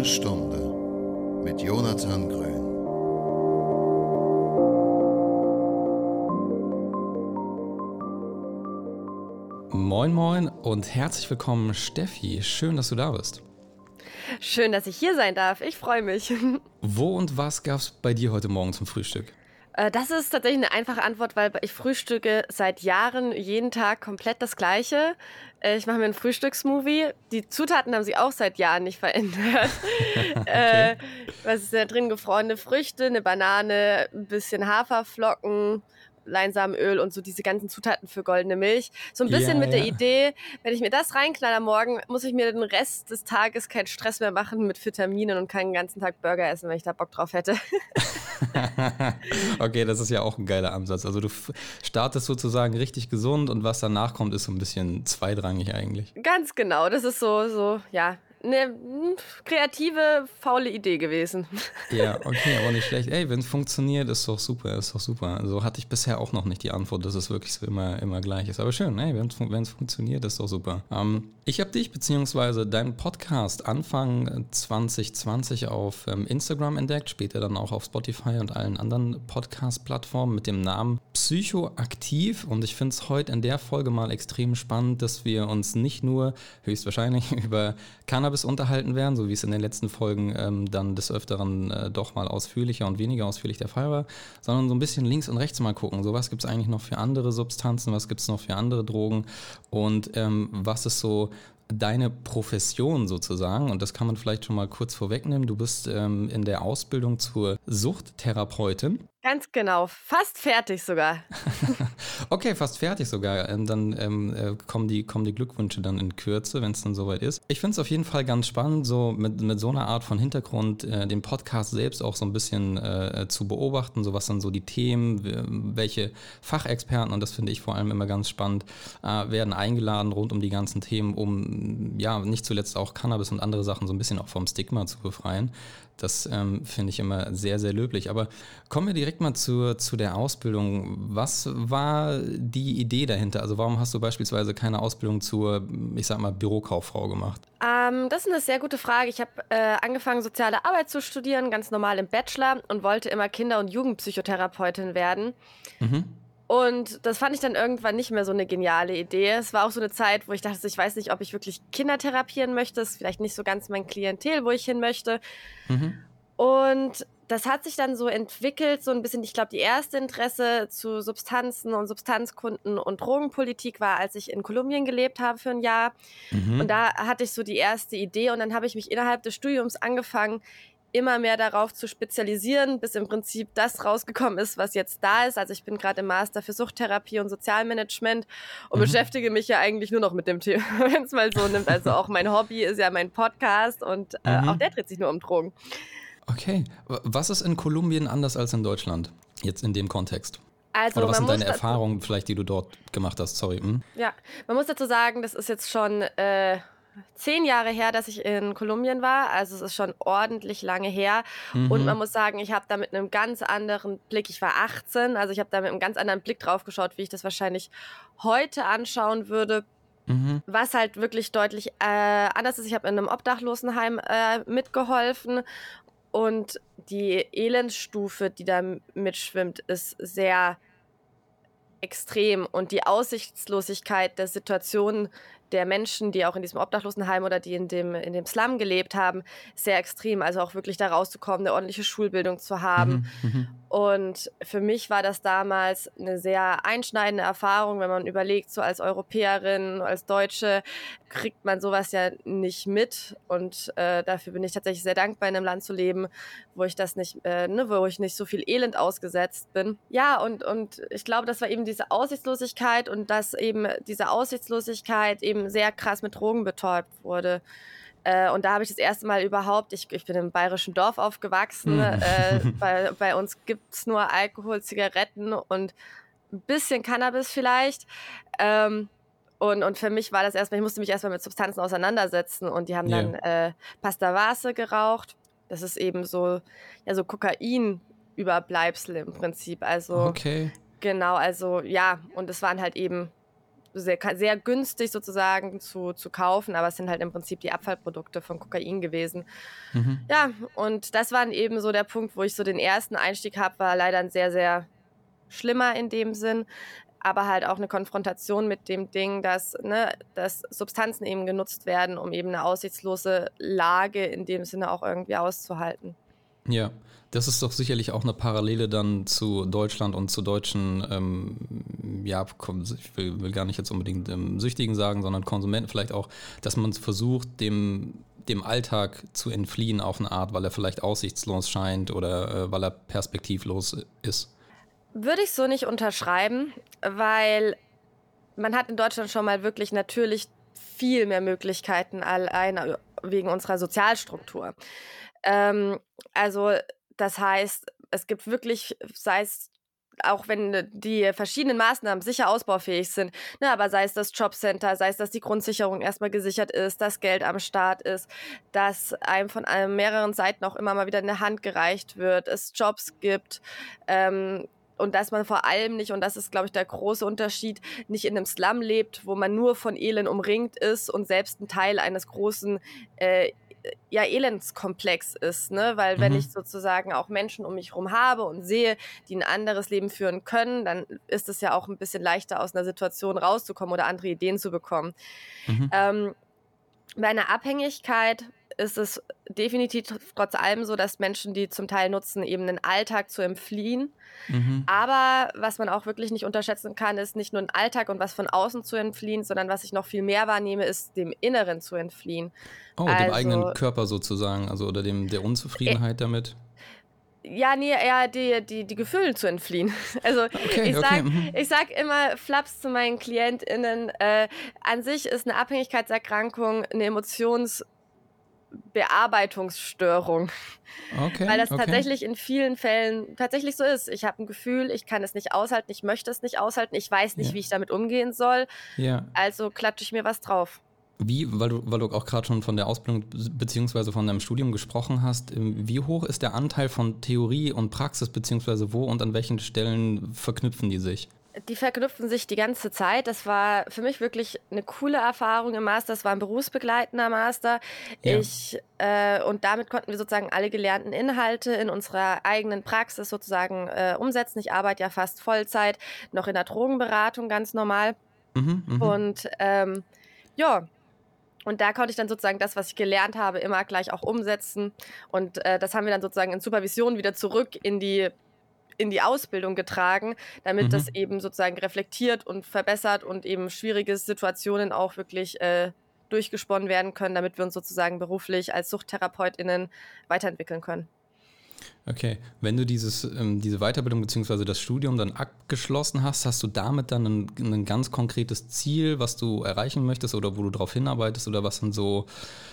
Eine Stunde mit Jonathan Grün. Moin Moin und herzlich willkommen, Steffi. Schön, dass du da bist. Schön, dass ich hier sein darf. Ich freue mich. Wo und was gab's bei dir heute Morgen zum Frühstück? Das ist tatsächlich eine einfache Antwort, weil ich frühstücke seit Jahren jeden Tag komplett das Gleiche. Ich mache mir einen Frühstückssmoothie. Die Zutaten haben sich auch seit Jahren nicht verändert. Okay. Was ist da drin? Gefrorene Früchte, eine Banane, ein bisschen Haferflocken, Leinsamenöl und so diese ganzen Zutaten für goldene Milch. So ein bisschen mit der Idee, wenn ich mir das reinknall am Morgen, muss ich mir den Rest des Tages keinen Stress mehr machen mit Vitaminen und kann den ganzen Tag Burger essen, wenn ich da Bock drauf hätte. Okay, das ist ja auch ein geiler Ansatz. Also du startest sozusagen richtig gesund und was danach kommt, ist so ein bisschen zweitrangig eigentlich. Ganz genau, das ist so, ja, eine kreative, faule Idee gewesen. Ja, okay, aber nicht schlecht. Ey, wenn es funktioniert, ist doch super, ist doch super. Also hatte ich bisher auch noch nicht die Antwort, dass es wirklich so immer gleich ist. Aber schön, ey, wenn es funktioniert, ist doch super. Ich habe dich beziehungsweise deinen Podcast Anfang 2020 auf Instagram entdeckt, später dann auch auf Spotify und allen anderen Podcast-Plattformen mit dem Namen Psychoaktiv. Und ich finde es heute in der Folge mal extrem spannend, dass wir uns nicht nur höchstwahrscheinlich über Cannabis unterhalten werden, so wie es in den letzten Folgen dann des Öfteren doch mal ausführlicher und weniger ausführlich der Fall war, sondern so ein bisschen links und rechts mal gucken. So, was gibt es eigentlich noch für andere Substanzen, was gibt es noch für andere Drogen und was ist so deine Profession sozusagen, und das kann man vielleicht schon mal kurz vorwegnehmen. Du bist in der Ausbildung zur Suchttherapeutin. Ganz genau, fast fertig sogar. Okay, fast fertig sogar. Dann kommen die Glückwünsche dann in Kürze, wenn es dann soweit ist. Ich finde es auf jeden Fall ganz spannend, so mit so einer Art von Hintergrund den Podcast selbst auch so ein bisschen zu beobachten, so was dann so die Themen, welche Fachexperten, und das finde ich vor allem immer ganz spannend, werden eingeladen rund um die ganzen Themen, um ja nicht zuletzt auch Cannabis und andere Sachen so ein bisschen auch vom Stigma zu befreien. Das finde ich immer sehr, sehr löblich. Aber kommen wir direkt mal zu der Ausbildung. Was war die Idee dahinter? Also warum hast du beispielsweise keine Ausbildung zur, ich sag mal, Bürokauffrau gemacht? Das ist eine sehr gute Frage. Ich habe angefangen, soziale Arbeit zu studieren, ganz normal im Bachelor, und wollte immer Kinder- und Jugendpsychotherapeutin werden. Mhm. Und das fand ich dann irgendwann nicht mehr so eine geniale Idee. Es war auch so eine Zeit, wo ich dachte, ich weiß nicht, ob ich wirklich Kinder therapieren möchte. Das ist vielleicht nicht so ganz mein Klientel, wo ich hin möchte. Mhm. Und das hat sich dann so entwickelt, so ein bisschen, ich glaube, die erste Interesse zu Substanzen und Substanzkunden und Drogenpolitik war, als ich in Kolumbien gelebt habe für ein Jahr. Mhm. Und da hatte ich so die erste Idee, und dann habe ich mich innerhalb des Studiums angefangen, immer mehr darauf zu spezialisieren, bis im Prinzip das rausgekommen ist, was jetzt da ist. Also ich bin gerade im Master für Suchttherapie und Sozialmanagement und beschäftige mich ja eigentlich nur noch mit dem Thema, wenn es mal so nimmt. Also auch mein Hobby ist ja mein Podcast, und auch der dreht sich nur um Drogen. Okay. Was ist in Kolumbien anders als in Deutschland? Jetzt in dem Kontext. Also Oder was man sind deine muss Erfahrungen vielleicht, die du dort gemacht hast? Sorry. Ja, man muss dazu sagen, das ist jetzt schon 10 Jahre her, dass ich in Kolumbien war. Also es ist schon ordentlich lange her. Und man muss sagen, ich habe da mit einem ganz anderen Blick, ich war 18, also ich habe da mit einem ganz anderen Blick drauf geschaut, wie ich das wahrscheinlich heute anschauen würde. Was halt wirklich deutlich anders ist. Ich habe in einem Obdachlosenheim mitgeholfen. Und die Elendsstufe, die da mitschwimmt, ist sehr extrem. Und die Aussichtslosigkeit der Situation der Menschen, die auch in diesem Obdachlosenheim oder die in dem Slum gelebt haben, sehr extrem. Also auch wirklich da rauszukommen, eine ordentliche Schulbildung zu haben. Und für mich war das damals eine sehr einschneidende Erfahrung, wenn man überlegt, so als Europäerin, als Deutsche kriegt man sowas ja nicht mit. Und dafür bin ich tatsächlich sehr dankbar, in einem Land zu leben, wo ich das nicht, wo ich nicht so viel Elend ausgesetzt bin. Ja, und ich glaube, das war eben diese Aussichtslosigkeit, und dass eben diese Aussichtslosigkeit eben sehr krass mit Drogen betäubt wurde. Und da habe ich das erste Mal überhaupt, ich bin im bayerischen Dorf aufgewachsen, bei uns gibt es nur Alkohol, Zigaretten und ein bisschen Cannabis vielleicht. Und für mich war das erstmal, ich musste mich erstmal mit Substanzen auseinandersetzen, und die haben dann Pasta Vase geraucht. Das ist eben so Kokain-Überbleibsel im Prinzip. Also Okay. genau, also ja, und es waren halt eben sehr günstig sozusagen zu kaufen, aber es sind halt im Prinzip die Abfallprodukte von Kokain gewesen. Ja, und das war eben so der Punkt, wo ich so den ersten Einstieg habe, war leider ein sehr, sehr schlimmer in dem Sinn, aber halt auch eine Konfrontation mit dem Ding, dass Substanzen eben genutzt werden, um eben eine aussichtslose Lage in dem Sinne auch irgendwie auszuhalten. Ja, das ist doch sicherlich auch eine Parallele dann zu Deutschland und zu deutschen, ich will gar nicht jetzt unbedingt Süchtigen sagen, sondern Konsumenten vielleicht auch, dass man versucht, dem Alltag zu entfliehen auf eine Art, weil er vielleicht aussichtslos scheint oder weil er perspektivlos ist. Würde ich so nicht unterschreiben, weil man hat in Deutschland schon mal wirklich natürlich viel mehr Möglichkeiten, allein wegen unserer Sozialstruktur. Also das heißt, es gibt wirklich, sei es auch wenn die verschiedenen Maßnahmen sicher ausbaufähig sind, ne, aber sei es das Jobcenter, sei es, dass die Grundsicherung erstmal gesichert ist, dass Geld am Start ist, dass einem von mehreren Seiten auch immer mal wieder eine Hand gereicht wird, es Jobs gibt, und dass man vor allem nicht, und das ist, glaube ich, der große Unterschied, nicht in einem Slum lebt, wo man nur von Elend umringt ist und selbst ein Teil eines großen Elendskomplex ist, ne? Weil wenn ich sozusagen auch Menschen um mich herum habe und sehe, die ein anderes Leben führen können, dann ist es ja auch ein bisschen leichter, aus einer Situation rauszukommen oder andere Ideen zu bekommen. Bei einer Abhängigkeit ist es definitiv trotz allem so, dass Menschen, die zum Teil nutzen, eben den Alltag zu entfliehen. Aber was man auch wirklich nicht unterschätzen kann, ist nicht nur den Alltag und was von außen zu entfliehen, sondern was ich noch viel mehr wahrnehme, ist dem Inneren zu entfliehen. Oh, dem eigenen Körper sozusagen, also oder der Unzufriedenheit damit? Ja, nee, eher die Gefühle zu entfliehen. Also ich sag immer Flaps zu meinen KlientInnen, an sich ist eine Abhängigkeitserkrankung eine Emotionsbearbeitungsstörung. Weil das tatsächlich in vielen Fällen tatsächlich so ist. Ich habe ein Gefühl, ich kann es nicht aushalten, ich möchte es nicht aushalten, ich weiß nicht, wie ich damit umgehen soll. Also klatsche ich mir was drauf. Weil du auch gerade schon von der Ausbildung bzw. von deinem Studium gesprochen hast, wie hoch ist der Anteil von Theorie und Praxis bzw. wo und an welchen Stellen verknüpfen die sich? Die verknüpfen sich die ganze Zeit. Das war für mich wirklich eine coole Erfahrung im Master. Es war ein berufsbegleitender Master. Und damit konnten wir sozusagen alle gelernten Inhalte in unserer eigenen Praxis sozusagen umsetzen. Ich arbeite ja fast Vollzeit, noch in der Drogenberatung ganz normal. Und und da konnte ich dann sozusagen das, was ich gelernt habe, immer gleich auch umsetzen. Und das haben wir dann sozusagen in Supervision wieder zurück in die Ausbildung getragen, damit das eben sozusagen reflektiert und verbessert und eben schwierige Situationen auch wirklich durchgesponnen werden können, damit wir uns sozusagen beruflich als SuchttherapeutInnen weiterentwickeln können. Okay, wenn du diese Weiterbildung bzw. das Studium dann abgeschlossen hast, hast du damit dann ein ganz konkretes Ziel, was du erreichen möchtest oder wo du darauf hinarbeitest oder was sind so,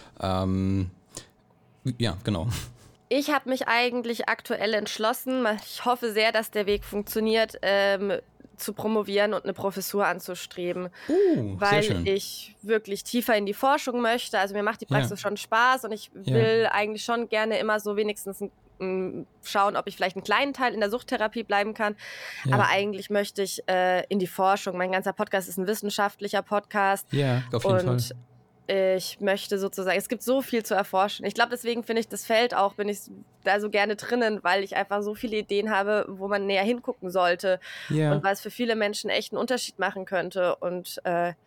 genau. Ich habe mich eigentlich aktuell entschlossen, ich hoffe sehr, dass der Weg funktioniert, zu promovieren und eine Professur anzustreben, weil ich wirklich tiefer in die Forschung möchte. Also mir macht die Praxis schon Spaß und ich will eigentlich schon gerne immer so wenigstens schauen, ob ich vielleicht einen kleinen Teil in der Suchttherapie bleiben kann. Aber eigentlich möchte ich in die Forschung. Mein ganzer Podcast ist ein wissenschaftlicher Podcast. Ja, auf jeden Fall. Ich möchte sozusagen, es gibt so viel zu erforschen. Ich glaube, deswegen finde ich das Feld auch, bin ich da so gerne drinnen, weil ich einfach so viele Ideen habe, wo man näher hingucken sollte und was für viele Menschen echt einen Unterschied machen könnte. Und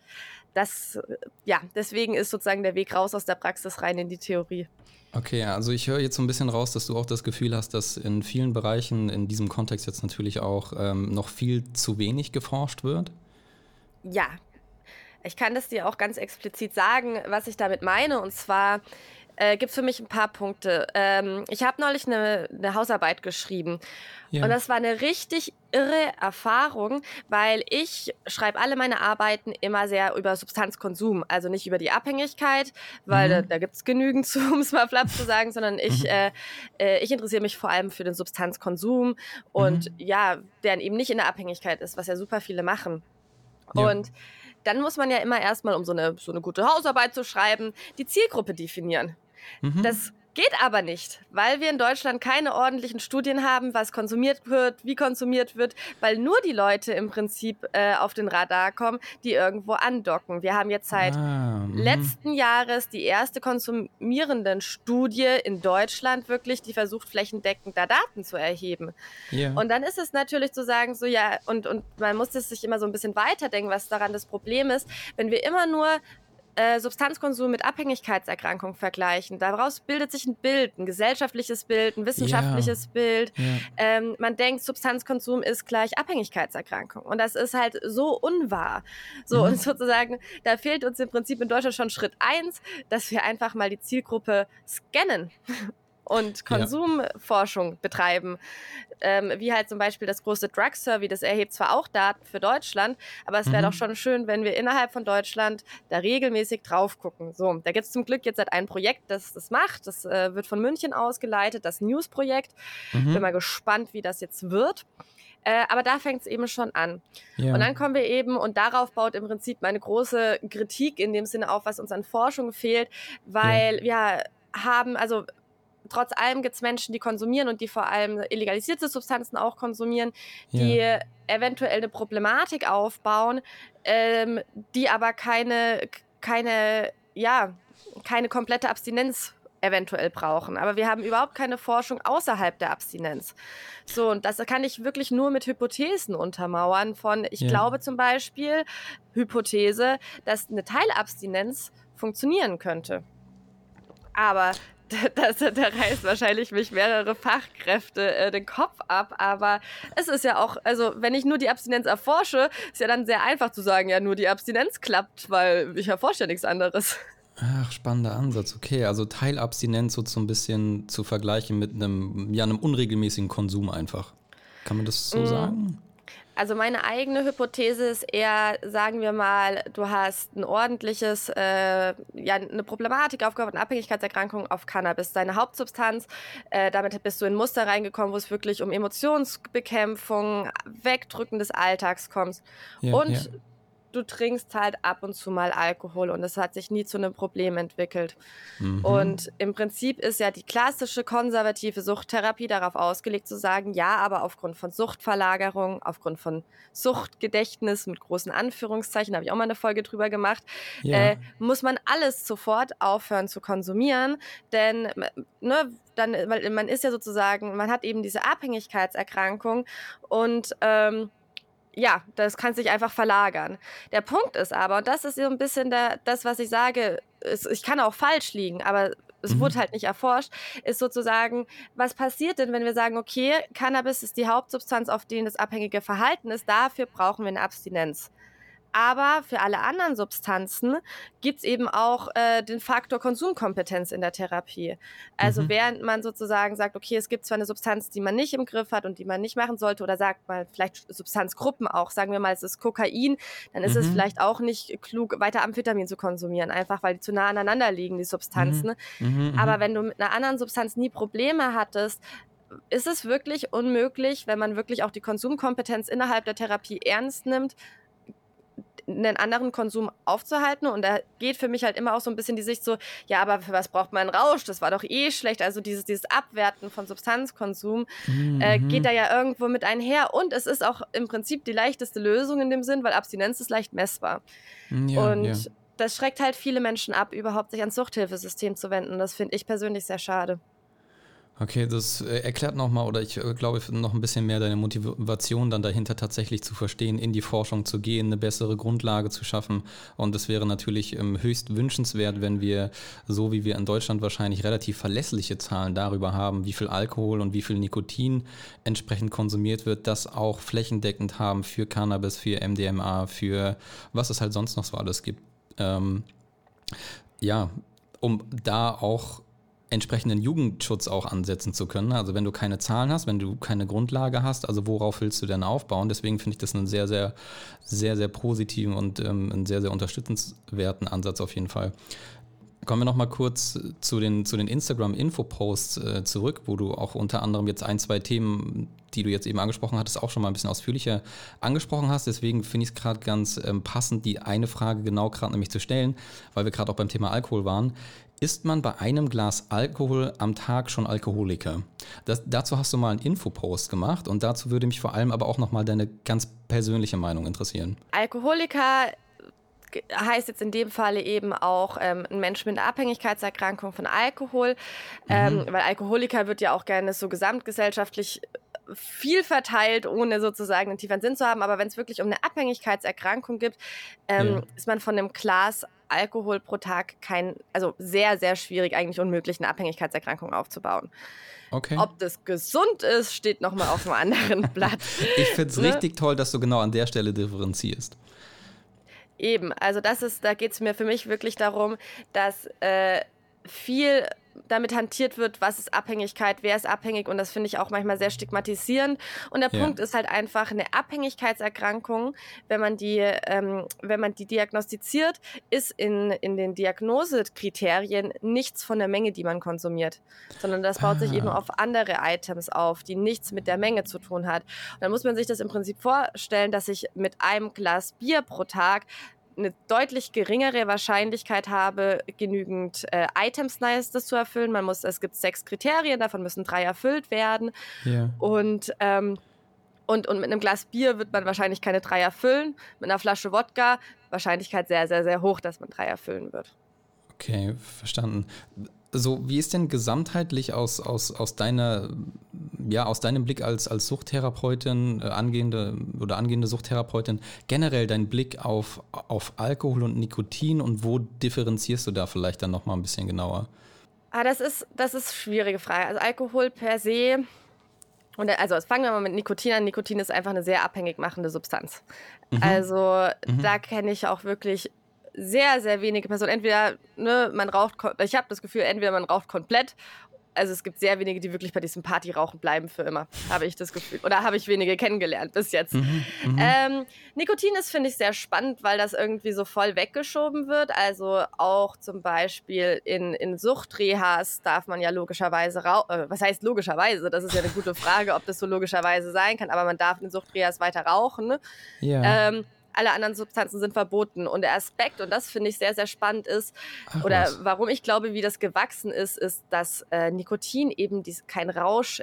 deswegen ist sozusagen der Weg raus aus der Praxis rein in die Theorie. Okay, also ich höre jetzt so ein bisschen raus, dass du auch das Gefühl hast, dass in vielen Bereichen, in diesem Kontext jetzt natürlich auch noch viel zu wenig geforscht wird. Ja. Ich kann das dir auch ganz explizit sagen, was ich damit meine. Und zwar gibt es für mich ein paar Punkte. Ich habe neulich eine Hausarbeit geschrieben. Und das war eine richtig irre Erfahrung, weil ich schreibe alle meine Arbeiten immer sehr über Substanzkonsum. Also nicht über die Abhängigkeit, weil da gibt es genügend zu, um es mal platt zu sagen, sondern ich interessiere mich vor allem für den Substanzkonsum und der eben nicht in der Abhängigkeit ist, was ja super viele machen. Und dann muss man ja immer erstmal, um so eine gute Hausarbeit zu schreiben, die Zielgruppe definieren. Das Geht aber nicht, weil wir in Deutschland keine ordentlichen Studien haben, was konsumiert wird, wie konsumiert wird, weil nur die Leute im Prinzip auf den Radar kommen, die irgendwo andocken. Wir haben jetzt seit letzten Jahres die erste konsumierenden Studie in Deutschland wirklich, die versucht flächendeckend da Daten zu erheben. Ja. Und dann ist es natürlich zu sagen, so ja, und man muss es sich immer so ein bisschen weiterdenken, was daran das Problem ist, wenn wir immer nur Substanzkonsum mit Abhängigkeitserkrankung vergleichen. Daraus bildet sich ein Bild, ein gesellschaftliches Bild, ein wissenschaftliches Bild. Ja. Man denkt, Substanzkonsum ist gleich Abhängigkeitserkrankung. Und das ist halt so unwahr. So, und sozusagen, da fehlt uns im Prinzip in Deutschland schon Schritt 1, dass wir einfach mal die Zielgruppe scannen und Konsumforschung betreiben. Wie halt zum Beispiel das große Drug Survey, das erhebt zwar auch Daten für Deutschland, aber es wäre doch schon schön, wenn wir innerhalb von Deutschland da regelmäßig drauf gucken. So, da gibt es zum Glück jetzt halt ein Projekt, das das macht. Das wird von München ausgeleitet, das News-Projekt. Bin mal gespannt, wie das jetzt wird. Aber da fängt es eben schon an. Ja. Und dann kommen wir eben, und darauf baut im Prinzip meine große Kritik in dem Sinne auf, was uns an Forschung fehlt, weil wir haben, also trotz allem gibt es Menschen, die konsumieren und die vor allem illegalisierte Substanzen auch konsumieren, die eventuell eine Problematik aufbauen, die aber keine komplette Abstinenz eventuell brauchen. Aber wir haben überhaupt keine Forschung außerhalb der Abstinenz. So, und das kann ich wirklich nur mit Hypothesen untermauern von, ich glaube zum Beispiel, Hypothese, dass eine Teilabstinenz funktionieren könnte. Aber da reißt wahrscheinlich mich mehrere Fachkräfte den Kopf ab, aber es ist ja auch, also wenn ich nur die Abstinenz erforsche, ist ja dann sehr einfach zu sagen, ja, nur die Abstinenz klappt, weil ich erforsche ja nichts anderes. Ach, spannender Ansatz, okay, also Teilabstinenz so ein bisschen zu vergleichen mit einem unregelmäßigen Konsum einfach. Kann man das so sagen? Also meine eigene Hypothese ist eher, sagen wir mal, du hast ein ordentliches, eine Problematik aufgebaut, eine Abhängigkeitserkrankung auf Cannabis, deine Hauptsubstanz. Damit bist du in ein Muster reingekommen, wo es wirklich um Emotionsbekämpfung, Wegdrücken des Alltags kommt. Du trinkst halt ab und zu mal Alkohol und es hat sich nie zu einem Problem entwickelt. Und im Prinzip ist ja die klassische konservative Suchttherapie darauf ausgelegt zu sagen, ja, aber aufgrund von Suchtverlagerung, aufgrund von Suchtgedächtnis mit großen Anführungszeichen, habe ich auch mal eine Folge drüber gemacht, muss man alles sofort aufhören zu konsumieren, denn weil man ist ja sozusagen, man hat eben diese Abhängigkeitserkrankung und das kann sich einfach verlagern. Der Punkt ist aber, und das ist so ein bisschen das, was ich sage, ich kann auch falsch liegen, aber es wurde halt nicht erforscht, ist sozusagen, was passiert denn, wenn wir sagen, okay, Cannabis ist die Hauptsubstanz, auf die das abhängige Verhalten ist, dafür brauchen wir eine Abstinenz. Aber für alle anderen Substanzen gibt es eben auch den Faktor Konsumkompetenz in der Therapie. Also während man sozusagen sagt, okay, es gibt zwar eine Substanz, die man nicht im Griff hat und die man nicht machen sollte, oder sagt mal vielleicht Substanzgruppen auch, sagen wir mal, es ist Kokain, dann ist es vielleicht auch nicht klug, weiter Amphetamin zu konsumieren, einfach weil die zu nah aneinander liegen, die Substanzen. Aber wenn du mit einer anderen Substanz nie Probleme hattest, ist es wirklich unmöglich, wenn man wirklich auch die Konsumkompetenz innerhalb der Therapie ernst nimmt, einen anderen Konsum aufzuhalten. Und da geht für mich halt immer auch so ein bisschen die Sicht so, ja, aber für was braucht man Rausch? Das war doch eh schlecht. Also dieses Abwerten von Substanzkonsum geht da ja irgendwo mit einher. Und es ist auch im Prinzip die leichteste Lösung in dem Sinn, weil Abstinenz ist leicht messbar. Das schreckt halt viele Menschen ab, überhaupt sich ans Suchthilfesystem zu wenden. Das finde ich persönlich sehr schade. Okay, das erklärt nochmal, oder ich glaube noch ein bisschen mehr deine Motivation dann dahinter tatsächlich zu verstehen, in die Forschung zu gehen, eine bessere Grundlage zu schaffen. Und es wäre natürlich höchst wünschenswert, wenn wir, so wie wir in Deutschland wahrscheinlich relativ verlässliche Zahlen darüber haben, wie viel Alkohol und wie viel Nikotin entsprechend konsumiert wird, das auch flächendeckend haben für Cannabis, für MDMA, für was es halt sonst noch so alles gibt. Um da auch entsprechenden Jugendschutz auch ansetzen zu können. Also wenn du keine Zahlen hast, wenn du keine Grundlage hast, also worauf willst du denn aufbauen? Deswegen finde ich das einen sehr, sehr, sehr, sehr positiven und einen sehr, sehr unterstützenswerten Ansatz auf jeden Fall. Kommen wir noch mal kurz zu den Instagram-Info-Posts zurück, wo du auch unter anderem jetzt 1, 2 Themen, die du jetzt eben angesprochen hattest, auch schon mal ein bisschen ausführlicher angesprochen hast. Deswegen finde ich es gerade ganz passend, die eine Frage genau gerade nämlich zu stellen, weil wir gerade auch beim Thema Alkohol waren. Ist man bei einem Glas Alkohol am Tag schon Alkoholiker? Dazu hast du mal einen Infopost gemacht und dazu würde mich vor allem aber auch noch mal deine ganz persönliche Meinung interessieren. Alkoholiker heißt jetzt in dem Falle eben auch ein Mensch mit einer Abhängigkeitserkrankung von Alkohol, weil Alkoholiker wird ja auch gerne so gesamtgesellschaftlich viel verteilt, ohne sozusagen einen tieferen Sinn zu haben. Aber wenn es wirklich um eine Abhängigkeitserkrankung geht, ist man von einem Glas Alkohol pro Tag also sehr, sehr schwierig, eigentlich unmöglich, eine Abhängigkeitserkrankung aufzubauen. Okay. Ob das gesund ist, steht nochmal auf einem anderen Blatt. Ich finde es richtig toll, dass du genau an der Stelle differenzierst. Eben, also da geht es mir für mich wirklich darum, dass viel damit hantiert wird, was ist Abhängigkeit, wer ist abhängig, und das finde ich auch manchmal sehr stigmatisierend. Und der Punkt ist halt einfach, eine Abhängigkeitserkrankung, wenn man die diagnostiziert, ist in den Diagnosekriterien nichts von der Menge, die man konsumiert, sondern das baut sich eben auf andere Items auf, die nichts mit der Menge zu tun hat. Und dann muss man sich das im Prinzip vorstellen, dass ich mit einem Glas Bier pro Tag eine deutlich geringere Wahrscheinlichkeit habe, genügend Items das zu erfüllen. Es gibt 6 Kriterien, davon müssen 3 erfüllt werden. Yeah. Und mit einem Glas Bier wird man wahrscheinlich keine 3 erfüllen. Mit einer Flasche Wodka Wahrscheinlichkeit sehr, sehr, sehr hoch, dass man 3 erfüllen wird. Okay, verstanden. So, wie ist denn gesamtheitlich aus deinem Blick als Suchttherapeutin, angehende Suchttherapeutin, generell dein Blick auf Alkohol und Nikotin, und wo differenzierst du da vielleicht dann nochmal ein bisschen genauer? Das ist eine schwierige Frage. Also Alkohol per se, fangen wir mal mit Nikotin an. Nikotin ist einfach eine sehr abhängig machende Substanz. Also da kenne ich auch wirklich sehr, sehr wenige Personen. Entweder, man raucht, ich habe das Gefühl, entweder man raucht komplett, also es gibt sehr wenige, die wirklich bei diesem Partyrauchen bleiben für immer, habe ich das Gefühl. Oder habe ich wenige kennengelernt bis jetzt. Nikotin ist, finde ich, sehr spannend, weil das irgendwie so voll weggeschoben wird. Also auch zum Beispiel in Suchtrehas darf man ja logischerweise rauchen. Was heißt logischerweise? Das ist ja eine gute Frage, ob das so logischerweise sein kann. Aber man darf in Suchtrehas weiter rauchen. Ne? Ja. Alle anderen Substanzen sind verboten. Und der Aspekt, und das finde ich sehr, sehr spannend, ist, warum ich glaube, wie das gewachsen ist, dass Nikotin eben kein Rausch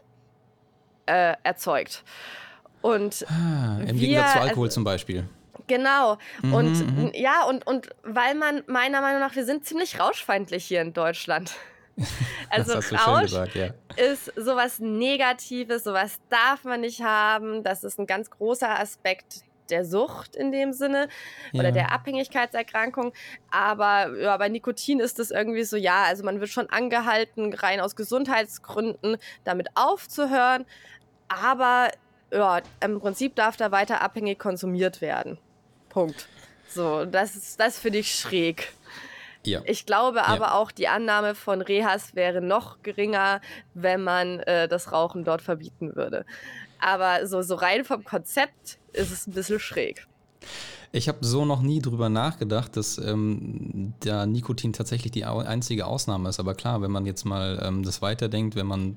erzeugt. Und im Gegensatz zu Alkohol zum Beispiel. Genau. Und ja, und weil man meiner Meinung nach, wir sind ziemlich rauschfeindlich hier in Deutschland. Also Rausch ist sowas Negatives, sowas darf man nicht haben. Das ist ein ganz großer Aspekt der Sucht in dem Sinne oder der Abhängigkeitserkrankung. Aber bei Nikotin ist es irgendwie so, also man wird schon angehalten, rein aus Gesundheitsgründen damit aufzuhören. Aber im Prinzip darf da weiter abhängig konsumiert werden. Punkt. So, das finde ich schräg. Ja. Ich glaube aber auch, die Annahme von Rehas wäre noch geringer, wenn man das Rauchen dort verbieten würde. Aber so rein vom Konzept ist es ein bisschen schräg. Ich habe so noch nie drüber nachgedacht, dass der Nikotin tatsächlich die einzige Ausnahme ist. Aber klar, wenn man jetzt mal das weiterdenkt, wenn man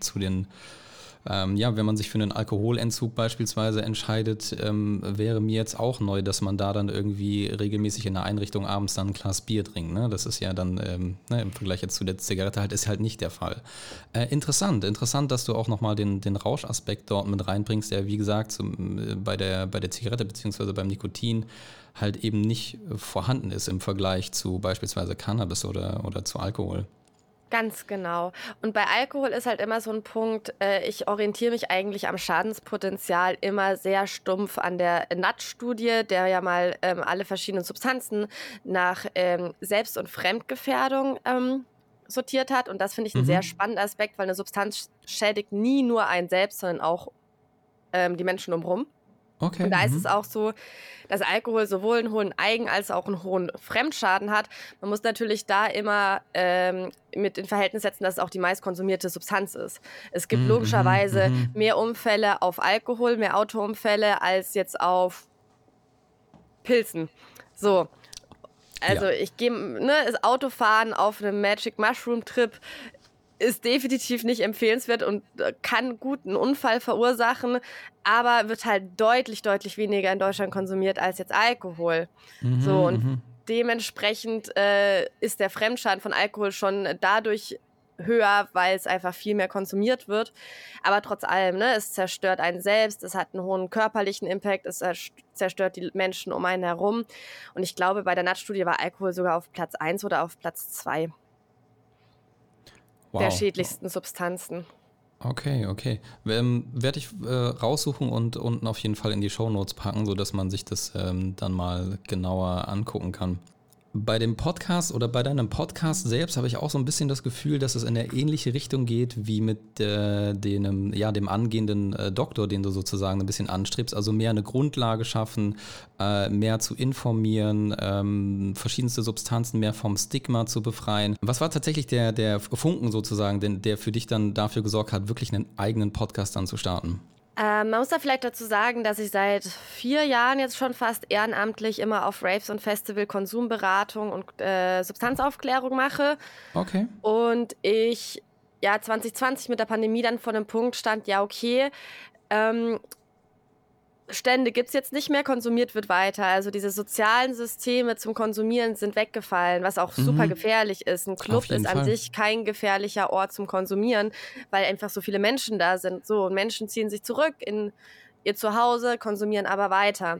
wenn man sich für einen Alkoholentzug beispielsweise entscheidet, wäre mir jetzt auch neu, dass man da dann irgendwie regelmäßig in einer Einrichtung abends dann ein Glas Bier trinkt. Ne? Das ist ja dann im Vergleich jetzt zu der Zigarette ist halt nicht der Fall. Interessant, dass du auch nochmal den Rauschaspekt dort mit reinbringst, der wie gesagt bei der Zigarette bzw. beim Nikotin halt eben nicht vorhanden ist im Vergleich zu beispielsweise Cannabis oder zu Alkohol. Ganz genau. Und bei Alkohol ist halt immer so ein Punkt, ich orientiere mich eigentlich am Schadenspotenzial immer sehr stumpf an der NAT-Studie, der ja mal alle verschiedenen Substanzen nach Selbst- und Fremdgefährdung sortiert hat. Und das finde ich einen sehr spannenden Aspekt, weil eine Substanz schädigt nie nur einen selbst, sondern auch die Menschen umherum. Okay. Und da ist es auch so, dass Alkohol sowohl einen hohen Eigen- als auch einen hohen Fremdschaden hat. Man muss natürlich da immer mit in Verhältnis setzen, dass es auch die meist konsumierte Substanz ist. Es gibt logischerweise mehr Unfälle auf Alkohol, mehr Autounfälle als jetzt auf Pilzen. So. Also ich gehe, das Autofahren auf einem Magic Mushroom Trip ist definitiv nicht empfehlenswert und kann gut einen Unfall verursachen, aber wird halt deutlich, deutlich weniger in Deutschland konsumiert als jetzt Alkohol. So, und dementsprechend ist der Fremdschaden von Alkohol schon dadurch höher, weil es einfach viel mehr konsumiert wird. Aber trotz allem, es zerstört einen selbst, es hat einen hohen körperlichen Impact, es zerstört die Menschen um einen herum. Und ich glaube, bei der NAT-Studie war Alkohol sogar auf Platz 1 oder auf Platz 2. Der schädlichsten Substanzen. Okay. Werde ich raussuchen und unten auf jeden Fall in die Shownotes packen, sodass man sich das dann mal genauer angucken kann. Bei dem Podcast oder bei deinem Podcast selbst habe ich auch so ein bisschen das Gefühl, dass es in eine ähnliche Richtung geht wie mit dem angehenden Doktor, den du sozusagen ein bisschen anstrebst. Also mehr eine Grundlage schaffen, mehr zu informieren, verschiedenste Substanzen mehr vom Stigma zu befreien. Was war tatsächlich der Funken sozusagen, der für dich dann dafür gesorgt hat, wirklich einen eigenen Podcast dann zu starten? Man muss da vielleicht dazu sagen, dass ich seit 4 Jahren jetzt schon fast ehrenamtlich immer auf Raves und Festival Konsumberatung und Substanzaufklärung mache. Okay. Und ich 2020 mit der Pandemie dann vor einem Punkt stand, Stände gibt es jetzt nicht mehr, konsumiert wird weiter. Also diese sozialen Systeme zum Konsumieren sind weggefallen, was auch super gefährlich ist. Ein Club ist an sich kein gefährlicher Ort zum Konsumieren, weil einfach so viele Menschen da sind. So, und Menschen ziehen sich zurück in ihr Zuhause, konsumieren aber weiter.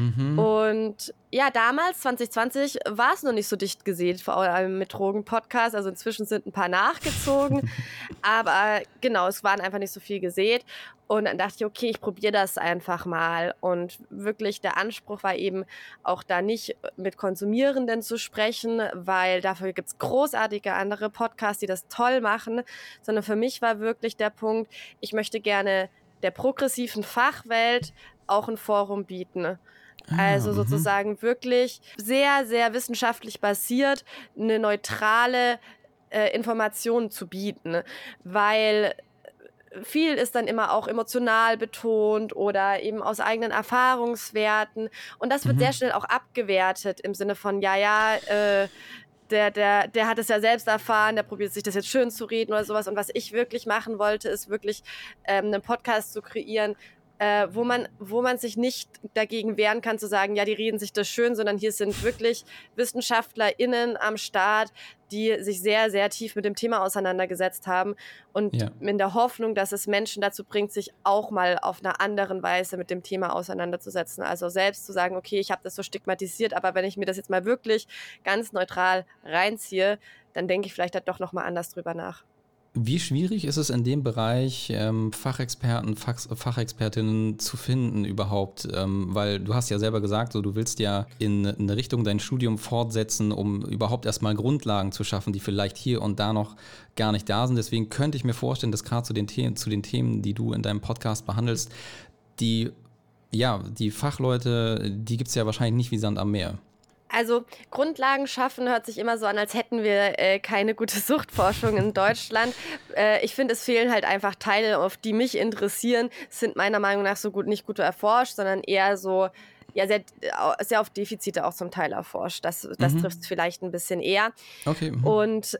Und damals, 2020, war es noch nicht so dicht gesät, vor allem mit Drogen-Podcasts. Also inzwischen sind ein paar nachgezogen. Aber genau, es waren einfach nicht so viel gesät. Und dann dachte ich, okay, ich probiere das einfach mal. Und wirklich der Anspruch war eben auch da nicht mit Konsumierenden zu sprechen, weil dafür gibt es großartige andere Podcasts, die das toll machen. Sondern für mich war wirklich der Punkt, ich möchte gerne der progressiven Fachwelt auch ein Forum bieten. Also sozusagen wirklich sehr, sehr wissenschaftlich basiert, eine neutrale Information zu bieten, weil viel ist dann immer auch emotional betont oder eben aus eigenen Erfahrungswerten und das wird sehr schnell auch abgewertet im Sinne von, der hat es ja selbst erfahren, der probiert sich das jetzt schön zu reden oder sowas. Und was ich wirklich machen wollte, ist wirklich einen Podcast zu kreieren, wo man sich nicht dagegen wehren kann zu sagen, ja, die reden sich das schön, sondern hier sind wirklich WissenschaftlerInnen am Start, die sich sehr, sehr tief mit dem Thema auseinandergesetzt haben und in der Hoffnung, dass es Menschen dazu bringt, sich auch mal auf einer anderen Weise mit dem Thema auseinanderzusetzen. Also selbst zu sagen, okay, ich habe das so stigmatisiert, aber wenn ich mir das jetzt mal wirklich ganz neutral reinziehe, dann denke ich vielleicht halt doch nochmal anders drüber nach. Wie schwierig ist es in dem Bereich, Fachexperten, Fachexpertinnen zu finden überhaupt? Weil du hast ja selber gesagt, so, du willst ja in eine Richtung dein Studium fortsetzen, um überhaupt erstmal Grundlagen zu schaffen, die vielleicht hier und da noch gar nicht da sind. Deswegen könnte ich mir vorstellen, dass gerade zu den Themen, die du in deinem Podcast behandelst, die Fachleute, die gibt es ja wahrscheinlich nicht wie Sand am Meer. Also Grundlagen schaffen hört sich immer so an, als hätten wir keine gute Suchtforschung in Deutschland. Ich finde, es fehlen halt einfach Teile, auf die mich interessieren, sind meiner Meinung nach nicht gut erforscht, sondern eher so sehr auf Defizite auch zum Teil erforscht. Das trifft es vielleicht ein bisschen eher. Okay. Und